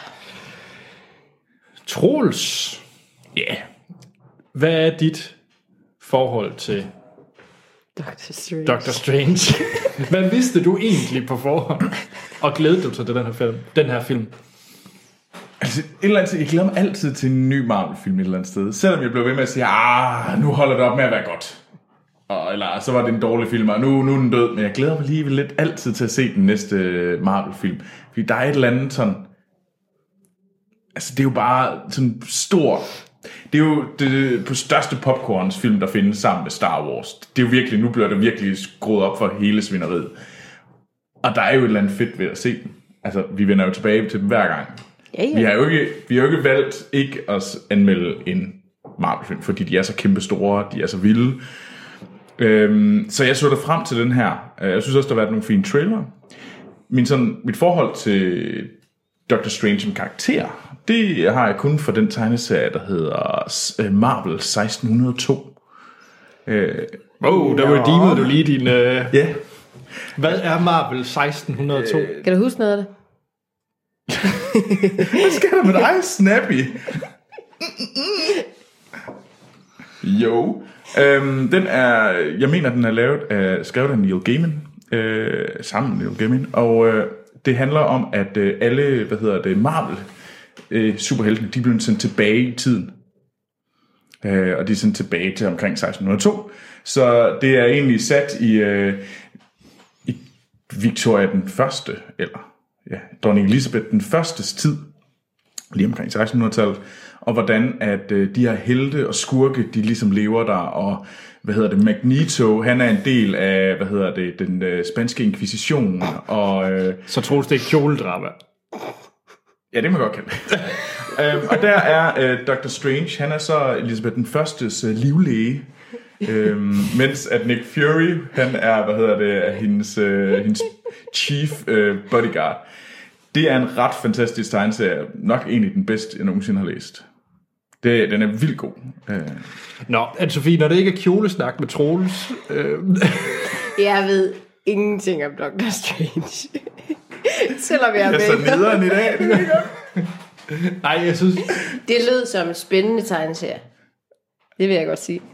Troels. Ja. Yeah. Hvad er dit forhold til Dr. Strange? Hvad vidste du egentlig på forhånd? Og glædede du til den her film? Altså, et eller andet, jeg glæder mig altid til en ny Marvel-film et eller andet sted. Selvom jeg blev ved med at sige, nu holder det op med at være godt. Eller så var det en dårlig film, og nu er den død. Men jeg glæder mig lige lidt altid til at se den næste Marvel-film. Fordi der er et eller andet sådan... Altså, det er jo bare sådan stor... Det er jo det på største popcornsfilm, der findes sammen med Star Wars. Det er jo virkelig... Nu bliver det virkelig skruet op for hele svineriet. Og der er jo et eller andet fedt ved at se den. Altså, vi vender jo tilbage til dem hver gang. Ja. Vi har jo ikke valgt ikke at anmelde en Marvel-film, fordi de er så kæmpe store, de er så vilde. Så jeg så der frem til den her. Jeg synes også, der har været nogle fine trailer. Mit forhold til Doctor Strange som karakter, det har jeg kun for den tegneserie, der hedder Marvel 1602. Der var dimet du lige din... Ja. Hvad er Marvel 1602? Kan du huske noget af det? Hvad sker der med dig, Snappy? Jo. Den er... Jeg mener, den er skrevet af Neil Gaiman. Sammen med Neil Gaiman. Og det handler om, at alle, Marvel superheltene, de blev sendt tilbage i tiden. Og de er sendt tilbage til omkring 1602. Så det er egentlig sat i Victoria den første, eller dronning Elizabeth den førstes tid, lige omkring 1600-tallet, og hvordan at de her helte og skurke, de ligesom lever der, og Magneto, han er en del af, den spanske inkvisition, og... Så Troels, det er kjoledrama. Ja, det må jeg godt kalde det. Og der er Dr. Strange, han er så Elizabeth den førstes livlæge, mens at Nick Fury, han er, hendes chief bodyguard. Det er en ret fantastisk tegneserie, nok egentlig den bedste, jeg nogensinde har læst. Den er vildt god. Nå, Anne-Sophie, når det ikke er kjolesnak med Troels... Jeg ved ingenting om Doctor Strange. Selvom jeg er med. Jeg er så nederen i dag, det kan Nej, jeg synes... Det lød som en spændende tegneserie. Det vil jeg godt sige.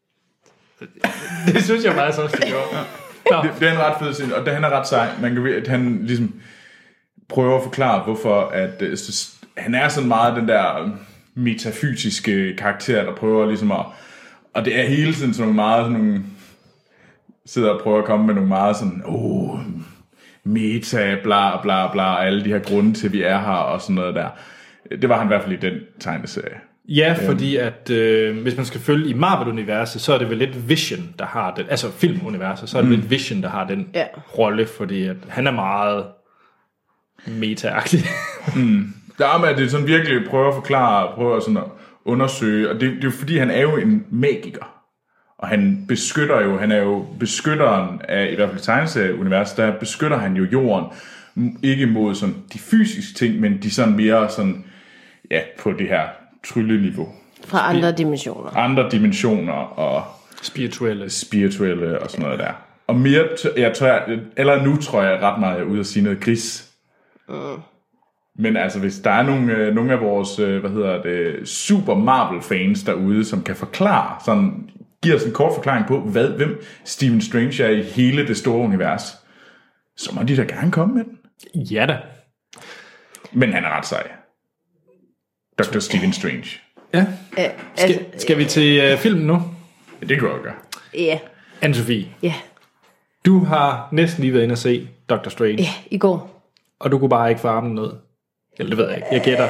Det synes jeg meget så, det gjorde. Det er en ret fed scene, og han er ret sej. Han ligesom prøver at forklare, hvorfor at han er sådan meget den der metafysiske karakter, der prøver ligesom at... Og det er hele tiden sådan nogle sidder og prøver at komme med nogle meget sådan... meta, bla bla bla, og alle de her grunde til, vi er her, og sådan noget der. Det var han i hvert fald i den tegneserie. Ja, fordi at hvis man skal følge i Marvel-universet, så er det vel lidt Vision, der har den, altså filmuniverset, så er det lidt Vision, der har den rolle, fordi at han er meget meta-agtig. Der er med, at det sådan virkelig prøver at forklare, prøver sådan at undersøge, og det er jo fordi, han er jo en magiker. Og han er jo beskytteren af, i hvert fald tegneserieuniverset, der beskytter han jo jorden, ikke mod sådan de fysiske ting, men de sådan mere sådan, på det her trylleniveau. Fra andre dimensioner. Andre dimensioner og spirituelle og sådan noget der. Og mere, nu tror jeg ret meget, jeg er ude at sige noget gris. Men altså, hvis der er nogle af vores, super Marvel-fans derude, som kan forklare, sådan, giver os en kort forklaring på, hvem Stephen Strange er i hele det store univers, så må de da gerne komme med den. Ja da. Men han er ret sej. Dr. Stephen Strange. Ja. Skal vi til filmen nu? Ja, det kan jeg gøre. Ja. Anne-Sophie. Ja. Du har næsten lige været inde og se Dr. Strange. Ja, i går. Og du kunne bare ikke få armen noget. Eller det ved jeg ikke. Jeg gætter.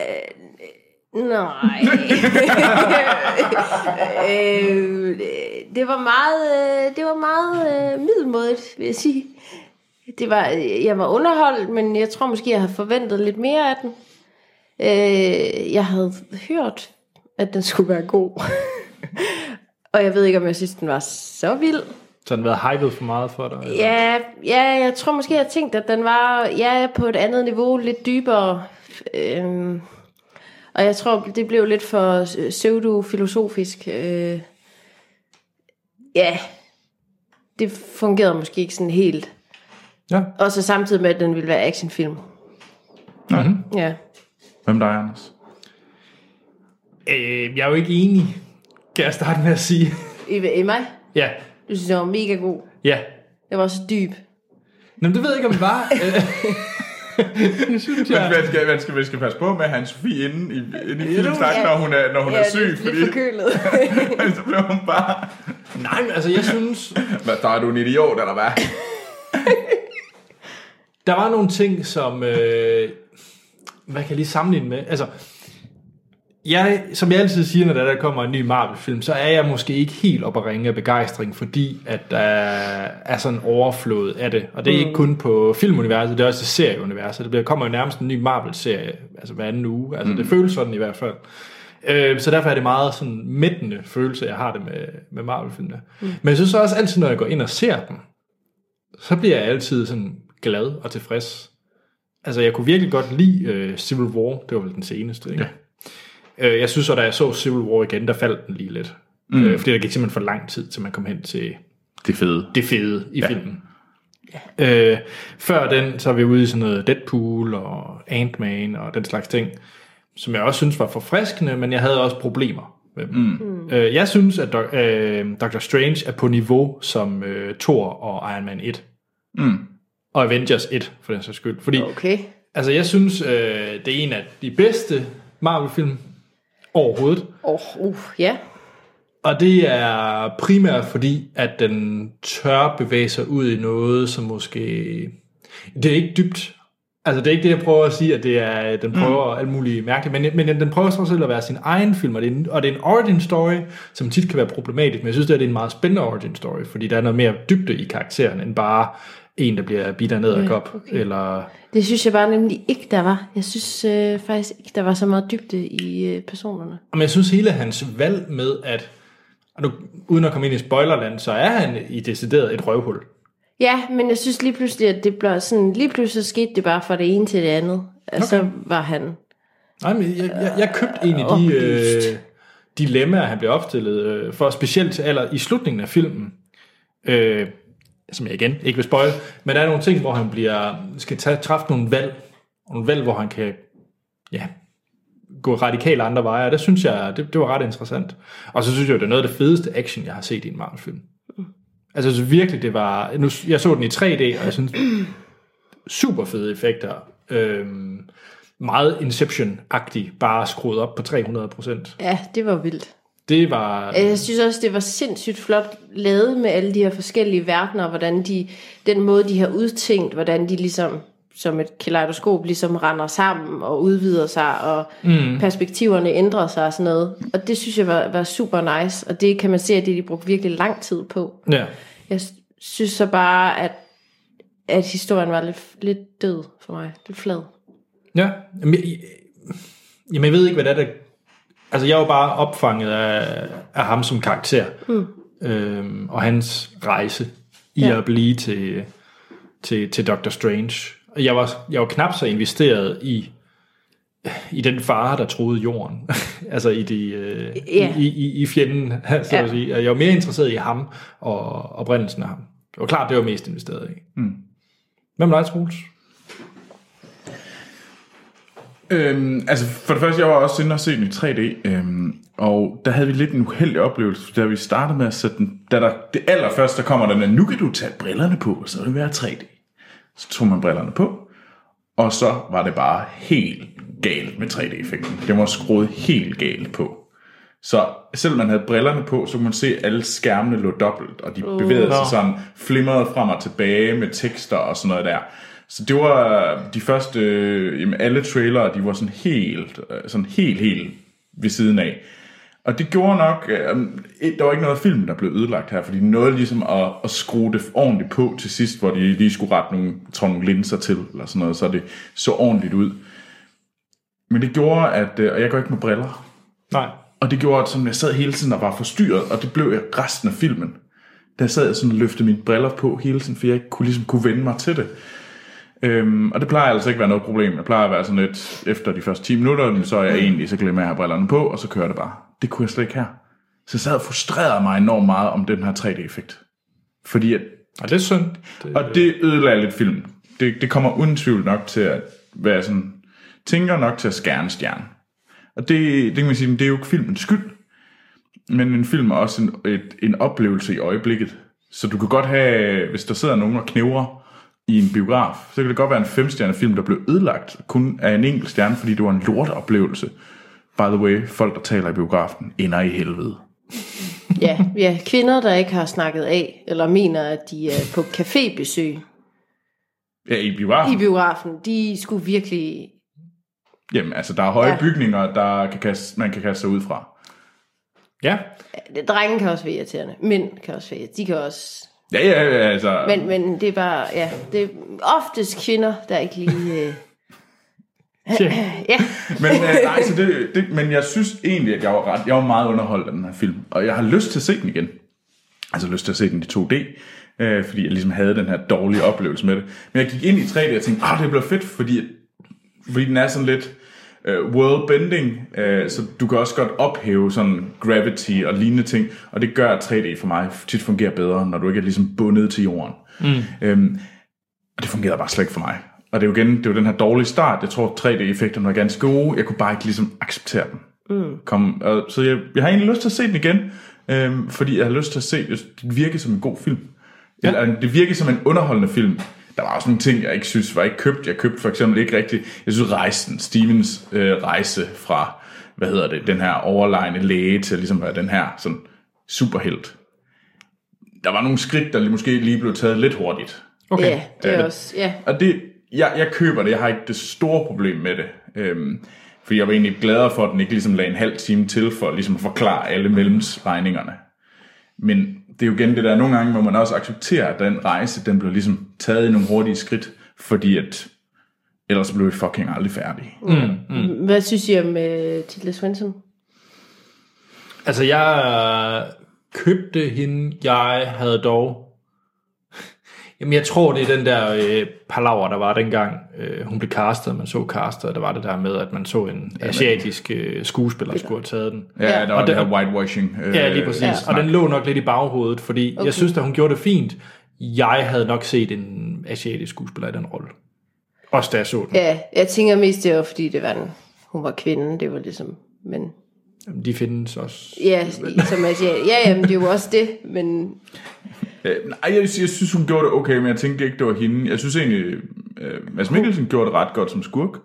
Nej. Det var meget middelmådigt, vil jeg sige. Jeg var underholdt, men jeg tror måske, jeg havde forventet lidt mere af den. Jeg havde hørt, at den skulle være god. Og jeg ved ikke, om jeg synes, den var så vild. Så den har været hypet for meget for dig? Eller? Ja, jeg tror måske, jeg tænkte, at den var på et andet niveau, lidt dybere. Og jeg tror, det blev lidt for pseudo-filosofisk. Det fungerede måske ikke sådan helt. Ja. Og så samtidig med, at den ville være actionfilm. Mm-hmm. Ja. Hvem der er, Anders? Jeg er jo ikke enig, kan jeg starte med at sige. I mig? Ja. Du synes, det var mega god. Ja. Det var så dyb. Nå, det ved jeg ikke, om det var. Det synes jeg. Man skal passe på med Hans Sofie inde i filmsnakken, når hun er syg. Fordi lidt forkølet. Så bliver hun bare... Nej, men altså, jeg synes... Hvad, der er du en idiot, eller hvad? Der var nogle ting, som... hvad kan jeg lige sammenligne med? Altså... Som jeg altid siger, når der kommer en ny Marvel-film, så er jeg måske ikke helt oppe at ringe af begejstring, fordi at der er sådan en overflod af det. Og det er ikke kun på filmuniverset, det er også i serieuniverset. Der kommer jo nærmest en ny Marvel-serie, altså hver anden uge. Altså det føles sådan i hvert fald. Så derfor er det meget sådan mættende følelse, jeg har det med Marvel-filmene. Men jeg synes også altid, når jeg går ind og ser dem, så bliver jeg altid sådan glad og tilfreds. Altså, jeg kunne virkelig godt lide Civil War. Det var vel den seneste, ikke? Ja. Jeg synes så, da jeg så Civil War igen, der faldt den lige lidt. Fordi der gik simpelthen for lang tid, til man kom hen til det fede i filmen. Ja. Før den, så er vi ude i sådan noget Deadpool og Ant-Man og den slags ting, som jeg også synes var forfriskende, men jeg havde også problemer med dem. Jeg synes, at Doctor Strange er på niveau som Thor og Iron Man 1. Og Avengers 1, for den sags skyld. Fordi, altså jeg synes, det er en af de bedste Marvel-film overhovedet. Ja. Og det er primært fordi, at den tør bevæge sig ud i noget, som måske... Det er ikke dybt. Altså det er ikke det, jeg prøver at sige, at det er, den prøver alt muligt mærkeligt, men den prøver så selv at være sin egen film, og det er en origin story, som tit kan være problematisk, men jeg synes, det er en meget spændende origin story, fordi der er noget mere dybde i karakteren, end bare en, der bliver bidt ned af kop. Eller... Det synes jeg bare nemlig ikke, der var. Jeg synes faktisk ikke, der var så meget dybde i personerne. Men jeg synes hele hans valg med, at nu, uden at komme ind i spoilerland, så er han i decideret et røvhul. Ja, men jeg synes lige pludselig, at det blev sådan, lige pludselig skete det bare fra det ene til det andet. Altså, så var han... Nej, men jeg købte egentlig de dilemmaer, han blev opstillet, for specielt til i slutningen af filmen, som jeg igen ikke vil spoil, men der er nogle ting, hvor han skal træffe nogle valg, hvor han kan gå radikalt andre veje, og det synes jeg, det var ret interessant. Og så synes jeg, det er noget af det fedeste action, jeg har set i en Marvel-film. Altså så virkelig, det var... jeg så den i 3D, og jeg synes, super fede effekter. Meget Inception-agtig, bare skruet op på 300%. Ja, det var vildt. Det var... Jeg synes også, det var sindssygt flot lavet med alle de her forskellige verdener, hvordan den måde, de har udtænkt, hvordan de ligesom, som et kaleidoskop, ligesom render sammen og udvider sig, og perspektiverne ændrer sig og sådan noget. Og det synes jeg var super nice, og det kan man se, at de brugte virkelig lang tid på. Ja. Jeg synes så bare, at historien var lidt død for mig. Lidt flad. Ja, jamen jeg ved ikke, hvad det er, altså jeg var bare opfanget af ham som karakter, og hans rejse i at blive til Doctor Strange. Jeg var knap så investeret i den fare, der troede jorden. Altså i fjenden, så at sige. Jeg var mere interesseret i ham og oprindelsen af ham. Det var klart, det var mest investeret i. Hvad med dig, Troels? Altså for det første, jeg var også inde og se den i 3D, og der havde vi lidt en uheldig oplevelse, da vi startede med at sætte den, det allerførste, der kommer den, nu kan du tage brillerne på, og så vil det være 3D. Så tog man brillerne på, og så var det bare helt galt med 3D-effekten. Det var skruet helt galt på. Så selvom man havde brillerne på, så kunne man se, at alle skærmene lå dobbelt, og de bevægede sig sådan, flimrede frem og tilbage med tekster og sådan noget der. Så det var de første, alle trailere, de var sådan helt ved siden af. Og det gjorde nok, der var ikke noget af filmen, der blev ødelagt her, fordi de nåede ligesom at skrue det ordentligt på til sidst, hvor de lige skulle rette nogle linser til, eller sådan noget, så det så ordentligt ud. Men det gjorde, og jeg går ikke med briller. Nej. Og det gjorde, at jeg sad hele tiden og var forstyrret, og det blev jeg resten af filmen. Der sad jeg sådan og løftede mine briller på hele tiden, for jeg ikke kunne vende mig til det. Og det plejer altså ikke at være noget problem. Jeg plejer at være sådan lidt efter de første 10 minutter, så er jeg egentlig, så glemmer jeg at have brillerne på, og så kører det bare. Det kunne jeg slet ikke her. Så jeg sad og frustrerede mig enormt meget om den her 3D-effekt. Fordi at... Og det er synd. Og det ødelagde lidt filmen. Det kommer uden tvivl nok til at være sådan... Tænker nok til at skære en stjerne. Og det kan man sige, det er jo ikke filmens skyld. Men en film er også en oplevelse i øjeblikket. Så du kan godt have, hvis der sidder nogen og knævrer i en biograf, så kan det godt være en 5-stjerne film, der blev ødelagt kun af en enkelt stjerne, fordi det var en lorteoplevelse. By the way, folk, der taler i biografen, ender i helvede. Ja, kvinder, der ikke har snakket af, eller mener, at de er på cafébesøg. Ja, i biografen. I biografen, de skulle virkelig... Jamen, altså, der er høje bygninger, man kan kaste sig ud fra. Ja. Drenge kan også være irriterende. Mænd kan også være, de kan også... Ja, altså... Men det er bare, det er oftest kvinder, der ikke lige... Ja. Men, nej, så men jeg synes egentlig, at jeg var meget underholdt af den her film. Og jeg har lyst til at se den igen. Altså lyst til at se den i 2D. Fordi jeg ligesom havde den her dårlige oplevelse med det. Men jeg gik ind i 3D og tænkte, det bliver fedt, fordi den er sådan lidt worldbending. Så du kan også godt ophæve sådan gravity og lignende ting. Og det gør, at 3D for mig tit fungerer bedre, når du ikke er ligesom bundet til jorden. Og det fungerede bare slet ikke for mig. Og det er jo den her dårlige start. Jeg tror, 3D-effekterne var ganske gode. Jeg kunne bare ikke ligesom acceptere dem. Så jeg har egentlig lyst til at se den igen. Fordi jeg har lyst til at se, det virker som en god film. Ja. Eller det virker som en underholdende film. Der var også nogle ting, jeg ikke synes var ikke købt. Jeg købte for eksempel ikke rigtigt. Jeg synes Stevens rejse fra, den her overlegne læge til ligesom være den her sådan superhelt. Der var nogle skridt, der måske lige blev taget lidt hurtigt. Okay. Ja, det er også, ja. Og det, jeg køber det. Jeg har ikke det store problem med det. Fordi jeg var egentlig gladere for, at den ikke ligesom lagde en halv time til for ligesom at forklare alle mellemsregningerne. Men det er jo igen det der, nogle gange må man også acceptere, at den rejse, den blev ligesom taget i nogle hurtige skridt, fordi at ellers blev vi fucking aldrig færdige. Hvad synes I om Tilda Swinton? Altså, jeg købte hende. Jeg havde dog... Jamen, jeg tror, det er den der palaver, der var dengang, hun blev castet, man så castet, der var det der med, at man så en asiatisk skuespiller skulle have taget den. Ja, der var det her whitewashing. Ja, lige præcis. Og den lå nok lidt i baghovedet, fordi jeg synes, at hun gjorde det fint. Jeg havde nok set en asiatisk skuespiller i den rolle. Også da jeg så den. Ja, jeg tænker mest, det var, fordi hun var kvinde, det var ligesom, men... Jamen, de findes også. Ja, som asiat. Ja, men det er jo også det, men... Nej, jeg synes, hun gjorde det okay, men jeg tænkte ikke, det var hende. Jeg synes egentlig, Mads Mikkelsen gjorde det ret godt som skurk.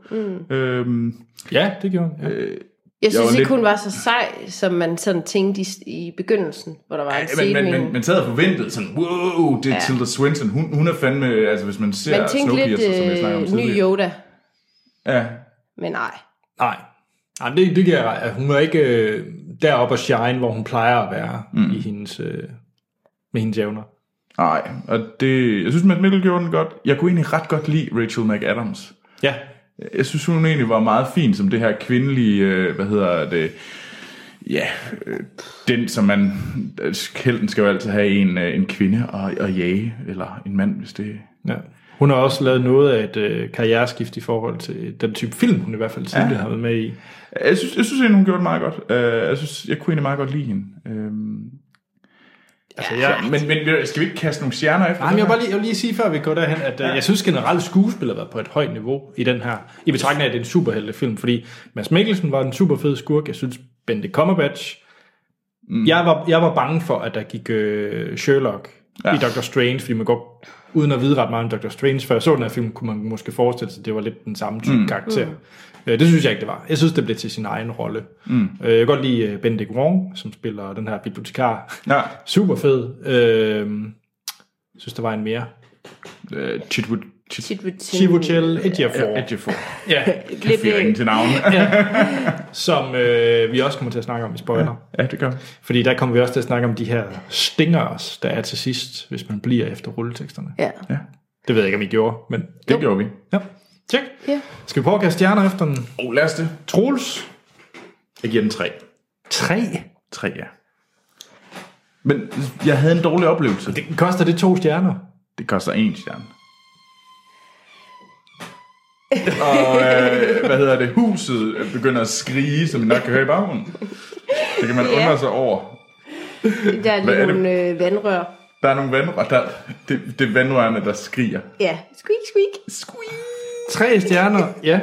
Ja, det gjorde hun. Ja. Jeg synes ikke, hun var så sej, som man sådan tænkte i begyndelsen, hvor der var en scene. Man sad og forventede sådan, wow, det er Tilda Swinton. Hun er fandme, altså hvis man ser Snowpiercer, som jeg snakker om tidligere. Ny Yoda. Ja. Men nej. Nej, det giver jeg. Hun var ikke deroppe og shine, hvor hun plejer at være i hendes... med hendes evner. Nej, og det... Jeg synes, Matt Mikkelsen gjorde den godt. Jeg kunne egentlig ret godt lide Rachel McAdams. Ja. Jeg synes, hun egentlig var meget fin som det her kvindelige... den, som man... Helten skal jo altid have en kvinde og jage, eller en mand, hvis det... Ja. Hun har også lavet noget af et karriereskift i forhold til den type film, hun i hvert fald tidligere har været med i. Jeg synes egentlig, hun gjorde det meget godt. Jeg kunne egentlig meget godt lide hende. Men skal vi ikke kaste nogle stjerner efter? Nej, men jeg vil lige sige, før vi går derhen, at jeg synes generelt skuespillet har været på et højt niveau i den her. I betragtning af, at det er en superheltefilm, fordi Mads Mikkelsen var en super fed skurk. Jeg synes, Benedict Cumberbatch. Jeg var bange for, at der gik Sherlock i Doctor Strange, fordi man går uden at vide ret meget om Doctor Strange. Før jeg så den her film, kunne man måske forestille sig, at det var lidt den samme type karakter. Det synes jeg ikke, det var. Jeg synes, det blev til sin egen rolle. Jeg kan godt lide Benedict Wong, som spiller den her bibliotekar. Ja. Super fed. Jeg synes, der var en mere. Chiwetel Ejiofor. Ja, lidt til navn. Som vi også kommer til at snakke om i spoiler. Ja, det gør. Fordi der kommer vi også til at snakke om de her stingers, der er til sidst, hvis man bliver efter rulleteksterne. Ja. Det ved jeg ikke, om I gjorde, men det gjorde vi. Ja. Tjek. Ja. Skal vi prøve at kaste stjerner efter den? Lad os det. Troels? Jeg giver den 3. 3? 3, ja. Men jeg havde en dårlig oplevelse. Koster det 2 stjerner? Det koster 1 stjerne. Og huset begynder at skrige, som I nok kan høre i baggrunden. Det kan man undre sig over. Der er nogle vandrør. Der er nogle vandrør. Det er vandrørene, der skriger. Ja, squeak, squeak. Squeak. 3 stjerner, ja.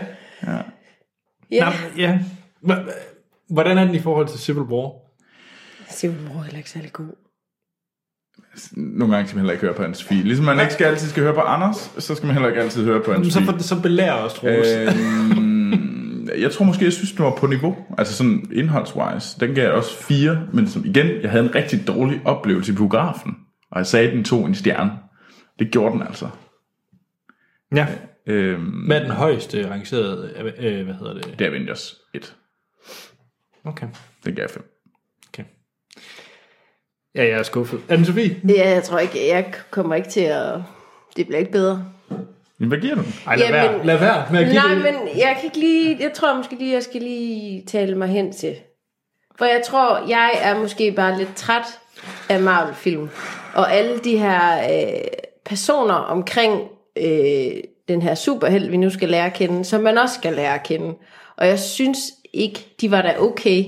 Ja. Hvordan er den i forhold til Civil War? Civil War er heller ikke særlig god. Nogle gange skal man heller ikke høre på hans feed. Ligesom man ikke altid skal høre på Anders, så skal man heller ikke altid høre på hans feed. Så belærer os, Troels. Jeg tror måske, jeg synes, den var på niveau. Altså sådan indholdswise. Den gav jeg også 4. Men som igen, jeg havde en rigtig dårlig oplevelse i biografen. Og jeg sagde, den tog en stjerne. Det gjorde den altså. Ja. Hvad er den højeste rangerede? Det er Avengers 1. Okay. Den gav jeg 5. Okay. Ja, jeg er skuffet. Anne-Sophie? Ja, jeg tror ikke, jeg kommer ikke til at... Det bliver ikke bedre. Men hvad giver du? Ej, lad være med at give nej, det. men jeg kan ikke lige... Jeg tror måske lige, jeg skal lige tale mig hen til. For jeg tror, jeg er måske bare lidt træt af Marvel-film. Og alle de her personer omkring den her superhelt, vi nu skal lære at kende, som man også skal lære at kende. Og jeg synes ikke, de var da okay,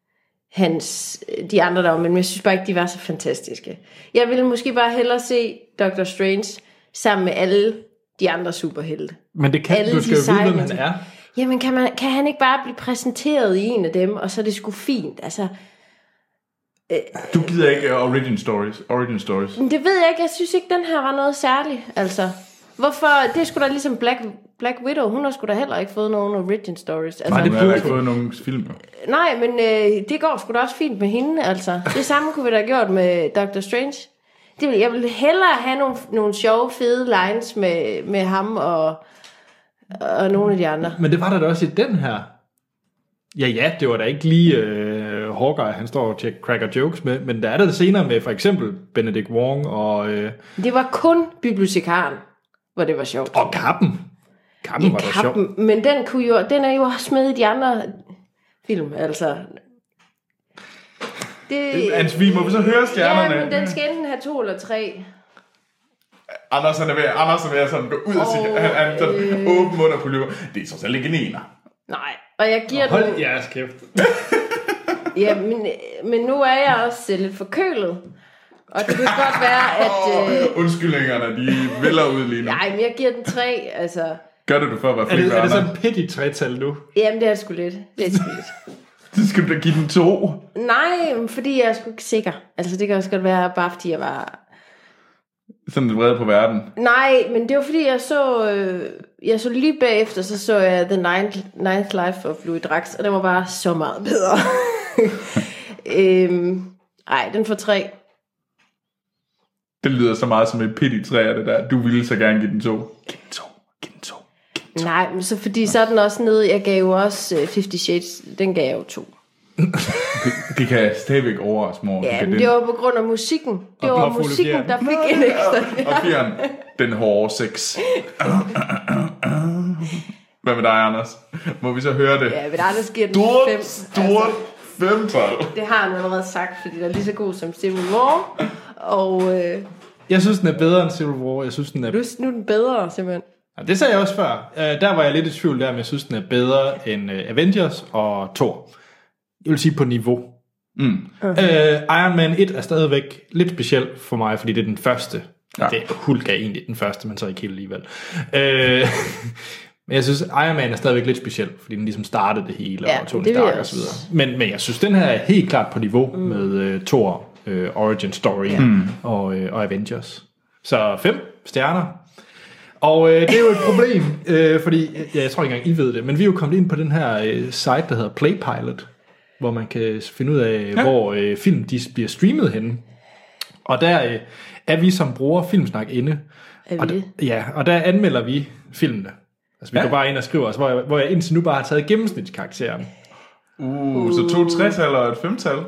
de andre der var, men jeg synes bare ikke, de var så fantastiske. Jeg ville måske bare hellere se Doctor Strange sammen med alle de andre superhelte. Men det kan, du skal jo vide, hvem han er. Jamen, kan han ikke bare blive præsenteret i en af dem, og så er det sgu fint, altså... Du gider ikke origin stories. Men det ved jeg ikke, jeg synes ikke, den her var noget særligt, altså... Hvorfor? Det er sgu da ligesom Black Widow, hun har sgu da heller ikke fået nogen origin stories. Altså, Nej, det burde ikke fået nogen film. Nej, men det går sgu da også fint med hende, altså. Det samme kunne vi da have gjort med Doctor Strange. Jeg ville hellere have nogle sjove, fede lines med ham og nogle af de andre. Men det var der da også i den her. Ja, det var da ikke lige Hawkeye, han står og cracker jokes med, men der er der senere med for eksempel Benedict Wong og... Det var kun bibliotekaren, hvor det var sjovt. Og Kappen. Kappen var da sjovt. Men den er jo også med i de andre film, altså... Vi må så høre stjernerne. Ja, men den skal enten have 2 eller 3. Anders er ved at sådan gå ud og sige, han sådan åben mund og på løber. Det er så selv ikke en ener. Nej, og jeg giver Hold jeres kæft. Ja, men nu er jeg også lidt forkølet. Og det kan godt være, at... Undskyldningerne, de vælger ud lige nu. Nej, men jeg giver den 3, altså... Gør det for at være flink. Er det sådan en petty 3-tal nu? Jamen, det er sgu lidt. Så skal du da give den 2. Nej, fordi jeg er sgu ikke sikker. Altså, det kan også godt være, bare fordi jeg var... Sådan lidt vred på verden. Nej, men det var fordi, jeg så lige bagefter, så jeg The Ninth Life of Louis Drax, og det var bare så meget bedre. Ej, den får 3. Det lyder så meget som et pity 3 af det der. Du ville så gerne give den 2. Giv den 2. Nej, men så fordi så er den også nede. Jeg gav jo også 50 Shades. Den gav jeg jo 2. Det kan stadigvæk overraske mig. Ja, men det var på grund af musikken. Det var musikken, der fik en ekstra. Og 4'eren, den hårde sex. Hvad med dig, Anders? Må vi så høre det? Ja, men Anders giver den 5. Stort 5-tal. Det har han allerede sagt, fordi den er lige så god som Civil War. Og... Jeg synes, den er bedre end Civil War. Jeg synes, den er... Nu er den bedre, simpelthen. Ja, det sagde jeg også før. Der var jeg lidt i tvivl der, men jeg synes, den er bedre end Avengers og Thor. Jeg vil sige på niveau. Iron Man 1 er stadigvæk lidt speciel for mig, fordi det er den første. Ja. Det Hulk er egentlig den første, men så ikke helt alligevel. Men jeg synes, Iron Man er stadigvæk lidt speciel, fordi den ligesom startede det hele, og Tony Stark og så videre. Men jeg synes, den her er helt klart på niveau med Thor, Origin Story og Avengers. Så 5 stjerner. Og det er jo et problem, fordi jeg tror ikke engang, I ved det, men vi er jo kommet ind på den her site, der hedder Playpilot, hvor man kan finde ud af, hvor film de bliver streamet henne. Og der er vi som bruger Filmsnak inde. Og der anmelder vi filmene. Altså vi går bare ind og skriver os, hvor jeg indtil nu bare har taget gennemsnitskarakteren. Så 2 3-tal og et 5-tal.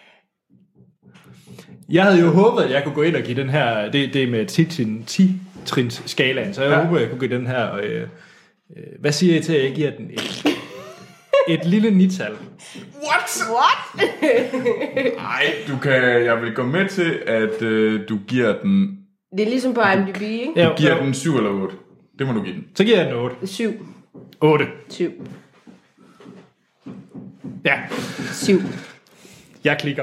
Jeg havde jo håbet, at jeg kunne gå ind og give den her, det er med 10-trins skalaen, så jeg håber, at jeg kunne give den her, hvad siger I til, at jeg giver den et lille 9-tal? What? Nej, jeg vil gå med til, at du giver den... Det er ligesom på IMDb, ikke? Du giver den 7 eller 8. Det må du give den. Så giver jeg den 8. 7. 8. 7. Ja. 7. Jeg klikker.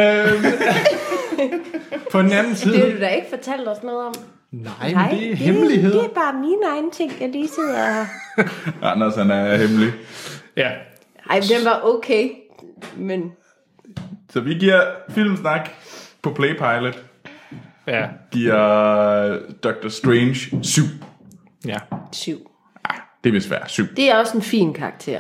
På den anden side... Det har du da ikke fortalt os noget om. Nej, men det er hemmelighed. Det er bare mine egne ting, jeg lige sidder her. Anders, han er hemmelig. Ja. Ej, den var okay, men... Så vi giver Filmsnak på Playpilot. Ja. Giver Doctor Strange 7. Ja. 7. Det vil være 7. Det er også en fin karakter.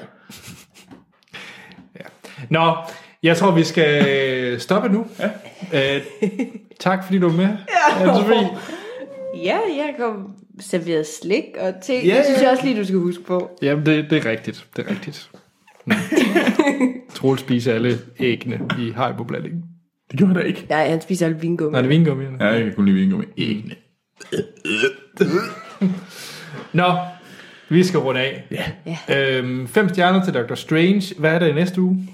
Ja. Nå, jeg tror, vi skal stoppe nu. Ja. Tak, fordi du var med. Ja, jeg kom serveret slik og ting. Det synes jeg også lige, du skal huske på. Jamen, det er rigtigt. Det er rigtigt. Troels spiser alle æggene i Haribo-blandingen. Det gjorde han da ikke. Nej, han spiser alle vingummi. Nej, det er vingummi. Ja, jeg kan kun lide vingummi. Æggene. Nå, vi skal runde af. Ja. 5 stjerner til Dr. Strange. Hvad er det i næste uge?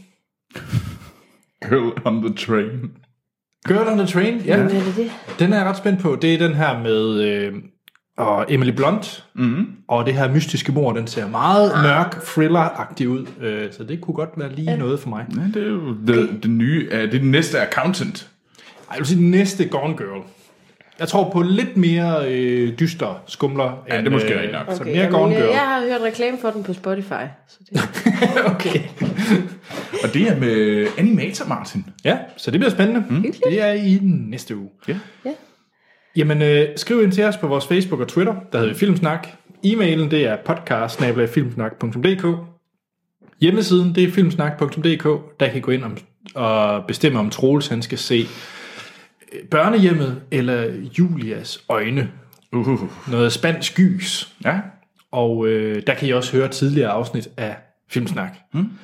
Girl on the Train. Girl on the Train, ja. Hvad er det? Den er jeg ret spændt på. Det er den her med Emily Blunt. Og det her mystiske mord, den ser meget mørk, thriller-agtig ud. Så det kunne godt være lige noget for mig. Ja, det er jo det nye. Det er den næste Accountant. Jeg vil sige den næste Gone Girl. Jeg tror på lidt mere dyster skumler. Ja, det er måske rigtig nok. Så mere Gone Girl. Jeg har hørt reklame for den på Spotify. Så det... Okay. Og det er med Animator Martin. Ja, så det bliver spændende. Det er i næste uge. Ja. Jamen, skriv ind til os på vores Facebook og Twitter. Der hedder vi Filmsnak. E-mailen, det er podcast@filmsnak.dk. Hjemmesiden, det er filmsnak.dk. Der kan I gå ind og bestemme, om Troels han skal se Børnehjemmet eller Julias øjne. Noget spansk gys. Ja. Og der kan I også høre tidligere afsnit af Filmsnak.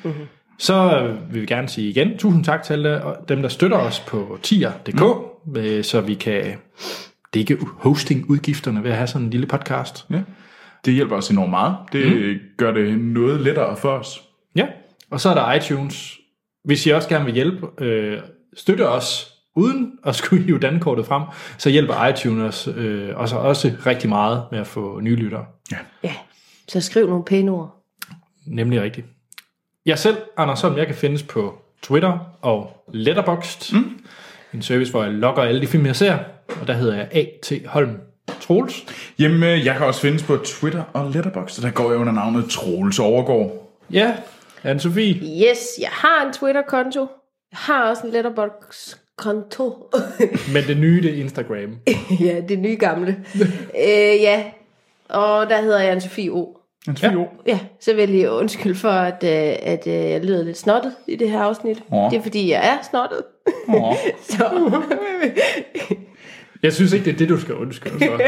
Så vil vi gerne sige igen, tusind tak til alle dem, der støtter os på tier.dk, så vi kan dække hostingudgifterne ved at have sådan en lille podcast. Ja. Det hjælper os enormt meget. Det gør det noget lettere for os. Ja, og så er der iTunes. Hvis I også gerne vil hjælpe, støtte os uden at skulle hive dankortet frem, så hjælper iTunes os også rigtig meget med at få nye lyttere. Ja, så skriv nogle pæne ord. Nemlig rigtigt. Jeg selv, Anders Holm, jeg kan findes på Twitter og Letterboxd. En service, hvor jeg logger alle de film, jeg ser. Og der hedder jeg A.T. Holm. Troels? Jamen, jeg kan også findes på Twitter og Letterboxd, og der går jeg under navnet Troels Overgaard. Ja, Anne-Sophie? Yes, jeg har en Twitter-konto. Jeg har også en Letterboxd-konto. Men det nye, det er Instagram. Ja, det nye gamle. Ja, og der hedder jeg Anne-Sophie O. Ja, så vil jeg lige undskylde for, at jeg lyder lidt snottet i det her afsnit. Det er fordi, jeg er snottet. Så. Jeg synes ikke, det er det, du skal undskylde for.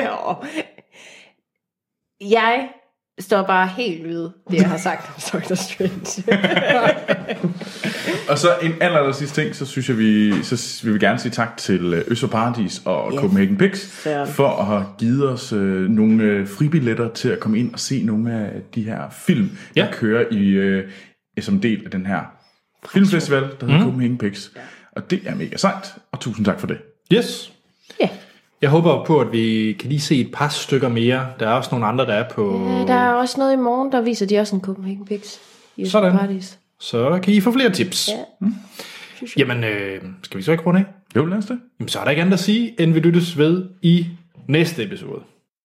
Jeg står bare helt ved det, jeg har sagt om Dr. Strange. Og så en aller sidste ting, så vil vi gerne sige tak til Øst for Paradis og Copenhagen Pix for at have givet os nogle fribilletter til at komme ind og se nogle af de her film, der kører i som del af den her filmfestival, der hedder Copenhagen Pix. Og det er mega sejt, og tusind tak for det. Yes. Ja. Jeg håber på, at vi kan lige se et par stykker mere. Der er også nogle andre, der er på... Der er også noget i morgen, der viser de også en Copenhagen Pix. Sådan. Paradis. Så kan I få flere tips. Ja. Jamen, skal vi så ikke runde af? Jo, lad os det. Jamen, så er der ikke andet at sige, end vi lyttes ved i næste episode.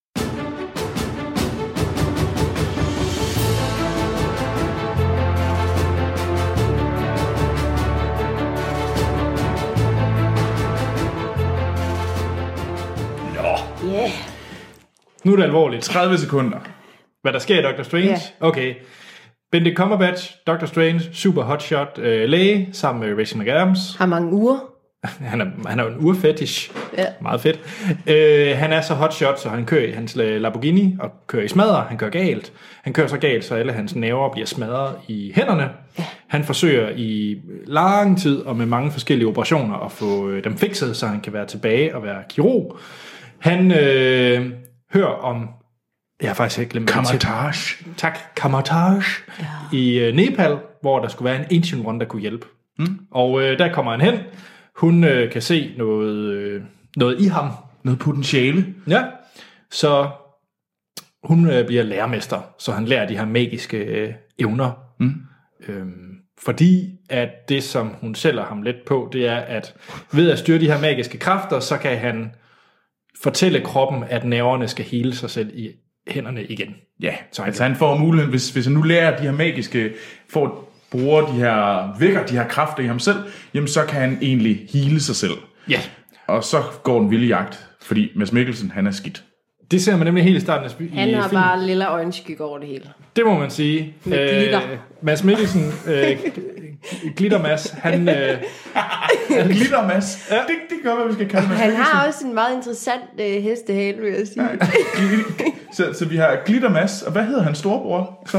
Yeah. Nu er det alvorligt. 30 sekunder. Hvad der sker i Dr. Strange? Yeah. Okay. Benedict Cumberbatch, Dr. Strange, super hotshot læge, sammen med Rachel McAdams. Har mange uger. Han er en urfetish. Ja. Meget fedt. Han er så hotshot, så han kører i hans Lamborghini og kører i smadre. Han kører galt. Han kører så galt, så alle hans nerver bliver smadret i hænderne. Ja. Han forsøger i lang tid og med mange forskellige operationer at få dem fikset, så han kan være tilbage og være kirurg. Han hører om... Jeg har faktisk ikke glemt Kamar-Taj. Tak, Kamar-Taj. Ja. I Nepal, hvor der skulle være en Ancient One, der kunne hjælpe. Og der kommer han hen. Hun kan se noget i ham. Noget potentiale. Ja, så hun bliver lærermester, så han lærer de her magiske evner. Fordi at det, som hun sælger ham lidt på, det er, at ved at styre de her magiske kræfter, så kan han fortælle kroppen, at nerverne skal hele sig selv i hænderne igen. Ja, så altså han får muligheden, hvis han nu lærer de her magiske, vækker de her kræfter i ham selv, jamen så kan han egentlig hele sig selv. Ja. Og så går den vilde jagt, fordi Mads Mikkelsen, han er skidt. Det ser man nemlig helt i starten af filmen. Han har bare lille øjenskygge over det hele. Det må man sige. Mads Mikkelsen, Glitter-Mads, han... Glitter-Mads? Ja. Det gør, hvad vi skal kalde Mads Han Mikkelsen. har også en meget interessant hestehale, vil jeg sige. Så vi har Glitter-Mads, og hvad hedder hans storebror så?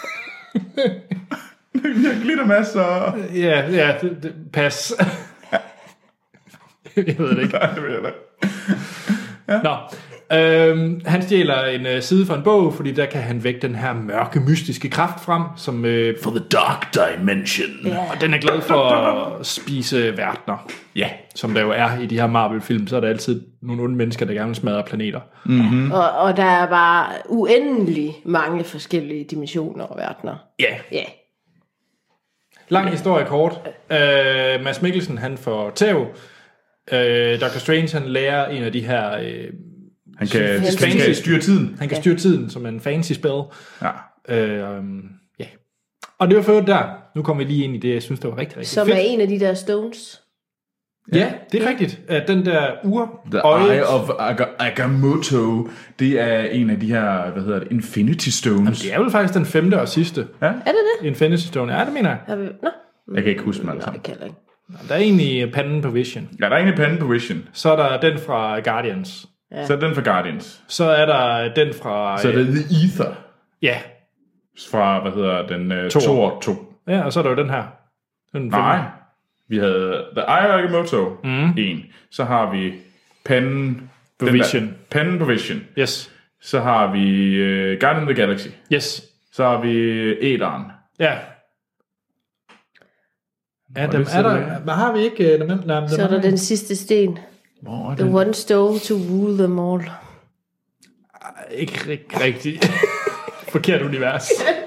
Vi har Glitter-Mads og... Ja, pas. Jeg ved det ikke. Nej, det ved jeg da. Ja. Nå, Han stjæler en side fra en bog, fordi der kan han vække den her mørke, mystiske kraft frem, som for the dark dimension. Yeah. Og den er glad for at spise verdener. Ja, som der jo er i de her Marvel-film, så er der altid nogle onde mennesker, der gerne vil smadre planeter. Mm-hmm. Og der er bare uendelig mange forskellige dimensioner og verdener. Ja. Yeah. Lang historie kort. Mads Mikkelsen, han får tæv. Dr. Strange, han lærer en af de her... Han kan styre tiden. Han kan styre tiden som en fancy spell. Ja. Ja. Og det var for der. Nu kommer vi lige ind i det, jeg synes, det var rigtig, rigtig som fedt. Som er en af de der stones. Ja, det er rigtigt. At den der The Eye of Agamotto, det er en af de her, Infinity Stones. Jamen, det er vel faktisk den 5. og sidste. Ja? Er det det? Infinity Stone, ja, det mener jeg. Nå. Jeg kan ikke huske mig. Nej, kan ikke. Der er egentlig panden på Vision. Ja, der er egentlig panden på Vision. Så er der den fra Guardians. Ja. Så er den fra Guardians. Så er der den fra... Så er det The Ether. Ja. Fra, den Thor 2. Ja, og så er der jo den her. Nej. Vi havde The Eye of Agamotto 1. Så har vi Pennen på Vision. Pennen på Vision. Yes. Så har vi Guardians of the Galaxy. Yes. Så har vi Æderen. Ja. Ja, dem er der. Hvad har vi ikke? Så er der den sidste sten. Hvor er The one stone to rule them all. Ikke rigtigt. Forkert univers.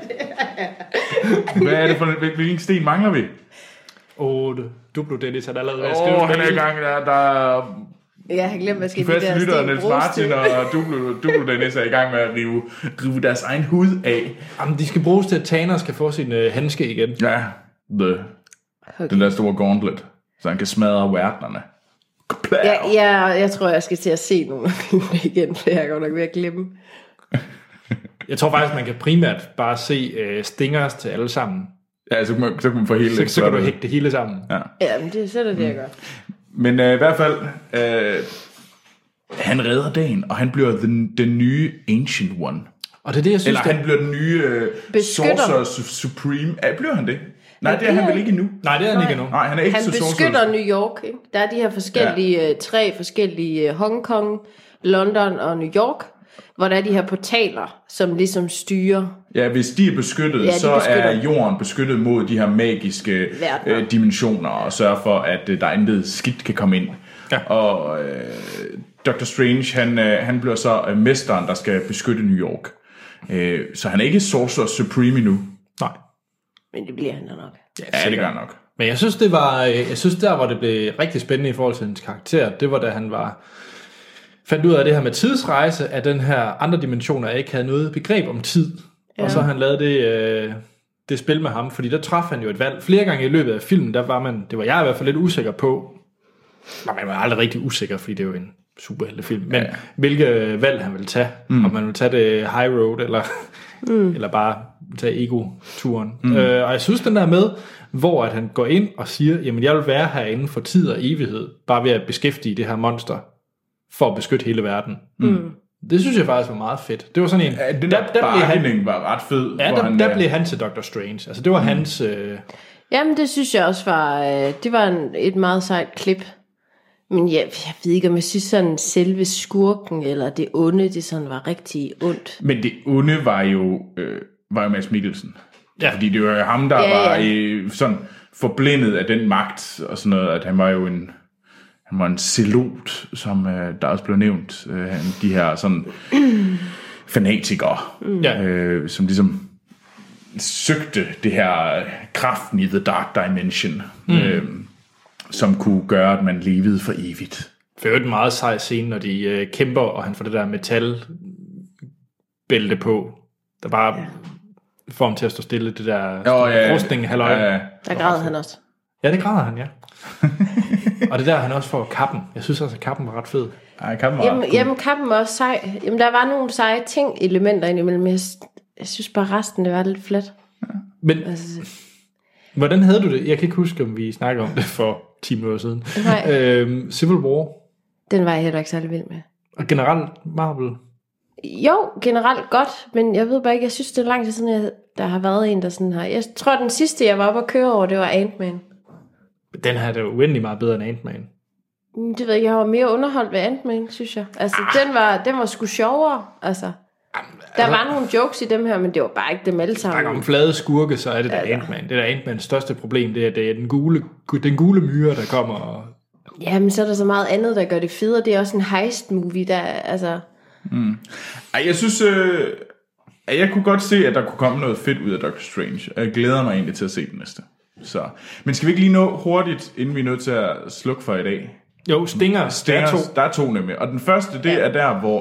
Hvad er det for hvilken sten mangler vi? 8. Duplo Dennis har allerede været at skrive. Han er i gang der... Jeg har glemt, hvad skal de første lyttere, Niels Martin og Duplo Dennis er i gang med at rive deres egen hud af. Jamen, de skal bruges til, at Thanos skal få sin handske igen. Ja, den der store gauntlet, så han kan smadre verdenerne. Ja, jeg tror, jeg skal til at se nogle af filmene igen, for jeg går nok ved at glemme. Jeg tror faktisk, man kan primært bare se stingers til alle sammen. Ja, så kan man få hele så kan du hægte det hele sammen. Ja, men det er det, jeg gør. Men i hvert fald, han redder dagen, og han bliver den nye Ancient One. Og det er det, jeg synes... Eller han bliver den nye Sorcerer Supreme. Bliver han det? Nej, det er han vel ikke endnu. Nej, det er han ikke endnu. Nej, han er ikke han beskytter New York, ikke? Der er de her forskellige, 3 forskellige Hong Kong, London og New York, hvor der er de her portaler, som ligesom styrer. Ja, hvis de er beskyttet, så er jorden beskyttet mod de her magiske dimensioner, og sørger for, at der intet skidt kan komme ind. Ja. Og Dr. Strange, han bliver så mesteren, der skal beskytte New York. Så han er ikke Sorcerer Supreme endnu. Nej. Men det bliver han nok. Ja, det gør nok. Men jeg synes, der, hvor det blev rigtig spændende i forhold til hans karakter, det var, da han fandt ud af det her med tidsrejse, at den her andre dimensioner ikke havde noget begreb om tid. Ja. Og så han lavet det spil med ham, fordi der traf han jo et valg. Flere gange i løbet af filmen, det var jeg i hvert fald lidt usikker på. Man var aldrig rigtig usikker, fordi det er jo en superheltefilm. Men hvilke valg han ville tage. Om man ville tage det high road, eller bare tage ego-turen. Og jeg synes den der med, hvor at han går ind og siger, jamen jeg vil være herinde for tid og evighed, bare ved at beskæftige det her monster, for at beskytte hele verden. Det synes jeg faktisk var meget fedt. Det var sådan en... Ja, den der bargaining var ret fed. Ja, der blev han til Dr. Strange. Altså det var hans... Jamen det synes jeg også var... det var et meget sejt klip. Men jeg ved ikke, om jeg synes sådan selve skurken, eller det onde, det sådan var rigtig ondt. Men det onde var jo Mads Mikkelsen. Ja. Fordi det var jo ham, der var sådan forblændet af den magt, og sådan noget, at han var jo en zelot, som der også blev nævnt. De her sådan fanatikere, som ligesom søgte det her kraften i The Dark Dimension, som kunne gøre, at man levede for evigt. Det er jo en meget sej scene, når de kæmper, og han får det der metalbælte på, der bare får ham til at stå stille, det der rustning, halløj. Der græd han også. Ja, det græder han, ja. Og det der, han også får kappen. Jeg synes også, at kappen var ret fed. Ej, kappen var jamen, kappen var også sej. Jamen, der var nogle seje elementer indimellem, men jeg synes bare, resten, det var lidt flat. Ja. Men, hvordan havde du det? Jeg kan ikke huske, om vi snakkede om det for 10 minutter siden. Civil War. Den var jeg heller ikke særlig vild med. Og generelt Marvel? Jo, generelt godt, men jeg ved bare ikke, jeg synes, det er lang tid siden, der har været en, der sådan her. Jeg tror, den sidste, jeg var oppe at køre over, det var Ant-Man. Den her, der er uendelig meget bedre end Ant-Man. Det ved jeg, jeg var mere underholdt ved Ant-Man, synes jeg. Altså, den var sgu sjovere, altså. Der var nogle jokes i dem her, men det var bare ikke dem alle sammen. Der om flade skurke, så er det der Ant-Man. Det er Ant-Mans største problem, det er den gule myre, der kommer. Og... Jamen, så er der så meget andet, der gør det federe. Det er også en heist-movie, der altså... Jeg synes, at jeg kunne godt se, at der kunne komme noget fedt ud af Doctor Strange. Jeg glæder mig egentlig til at se den næste. Så. Men skal vi ikke lige nå hurtigt, inden vi er nødt til at slukke for i dag? Jo, Stinger. Der er to nemlig. Og den første, det er der, hvor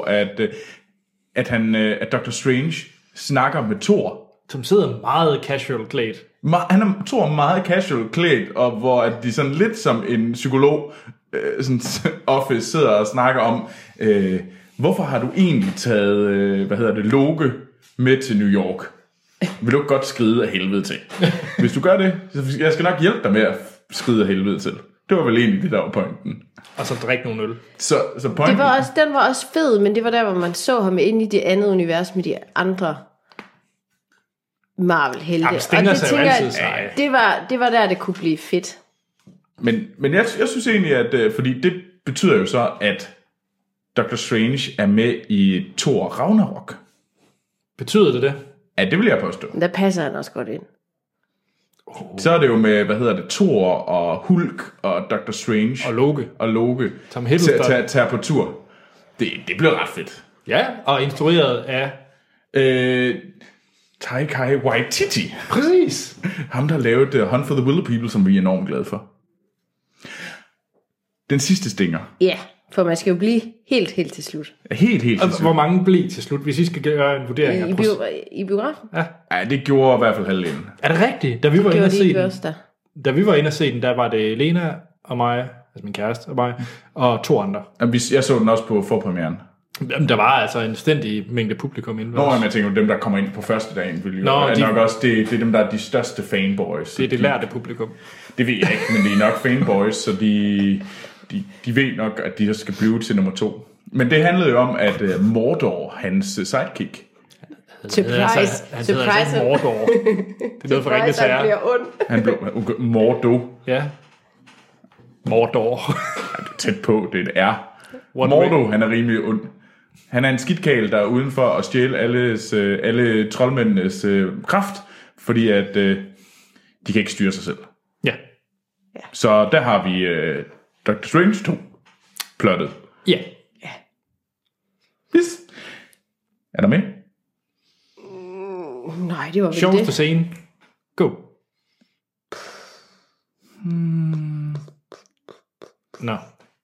at Doctor Strange snakker med Thor. Som sidder meget casual klædt. Thor meget casual klædt, og hvor at de sådan lidt som en psykolog sådan office sidder og snakker om, hvorfor har du egentlig taget, Loke med til New York? Vil du godt skride af helvede til? Hvis du gør det, så jeg skal nok hjælpe dig med at skride af helvede til. Det var vel egentlig det, der var pointen. Og så drikke nogle øl. Så pointen... Den var også fed, men det var der, hvor man så ham inde i det andet univers med de andre Marvel-helte. Jamen, Stinger sig jo altid sej. Det var der, det kunne blive fedt. Men jeg synes egentlig, at fordi det betyder jo så, at Doctor Strange er med i Thor Ragnarok. Betyder det det? Ja, det vil jeg påstå. Der passer han også godt ind. Så er det jo med, Thor og Hulk og Doctor Strange. Og Loke. Tom Hiddleston. Tager på tur. Det bliver ret fedt. Ja, og instrueret af... Taika Waititi. Præcis. Ham, der lavede Hunt for the Wilder People, som vi er enormt glade for. Den sidste stinger. Ja, for man skal jo blive helt til slut. Helt til slut. Hvor mange blev til slut, hvis I skal gøre en vurdering? I biografen? Ja, det gjorde i hvert fald halvdelen. Er det rigtigt? Da vi var inde og se den, der var det Lena og mig, altså min kæreste og mig, og 2 andre. Jeg så den også på forpremieren. Jamen, der var altså en stændig mængde publikum inde. Jeg tænker, dem der kommer ind på første dagen, det er dem, der er de største fanboys. Det er det lærte publikum. Det ved jeg ikke, men det er nok fanboys, så de ved nok, at de skal blive til nummer 2. Men det handlede jo om, at Mordor, hans sidekick... Surprise. Mordor. Det er noget for ringe sager. Han bliver ond. Han blev Mordo. Ja. Mordor. Du er tæt på, det er Mordo, han er rimelig ond. Han er en skidtkæl, der er uden for at stjæle alle troldmændenes kraft, fordi at de kan ikke styre sig selv. Ja. Så der har vi Doctor Strange 2 plottet. Ja. Yes. Er der med? Nej, det var vel det. Sjoveste scene. Go. Nå.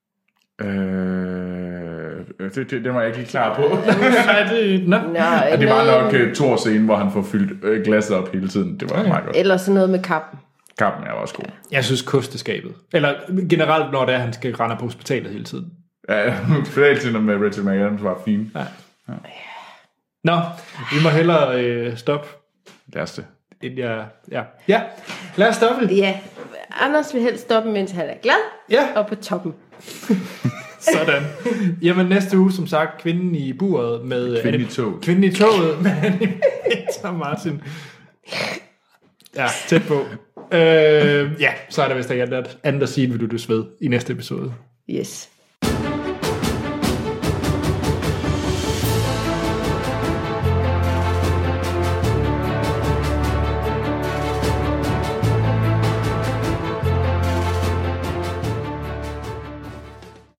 Det var jeg ikke lige klar på. Det var nok Thor-scene, hvor han får fyldt glasset op hele tiden. Det var meget godt. Eller sådan noget med kappen. Kappen er også god. Jeg synes kosteskabet. Eller generelt, når det er, han skal rende på hospitalet hele tiden. Ja, hospitaltiden med Rachel McAdams var fin. Ja. Nå, vi må hellere stoppe. Lad os det. Ja, lad os stoppe. Ja, Anders vil helst stoppe, mens han er glad og på toppen. Sådan. Jamen næste uge, som sagt, Kvinden i buret med... Kvinden i toget. med Anita Martin. Ja, tæt på. Så er der vist ikke andet at sige, vil du ved i næste episode. Yes.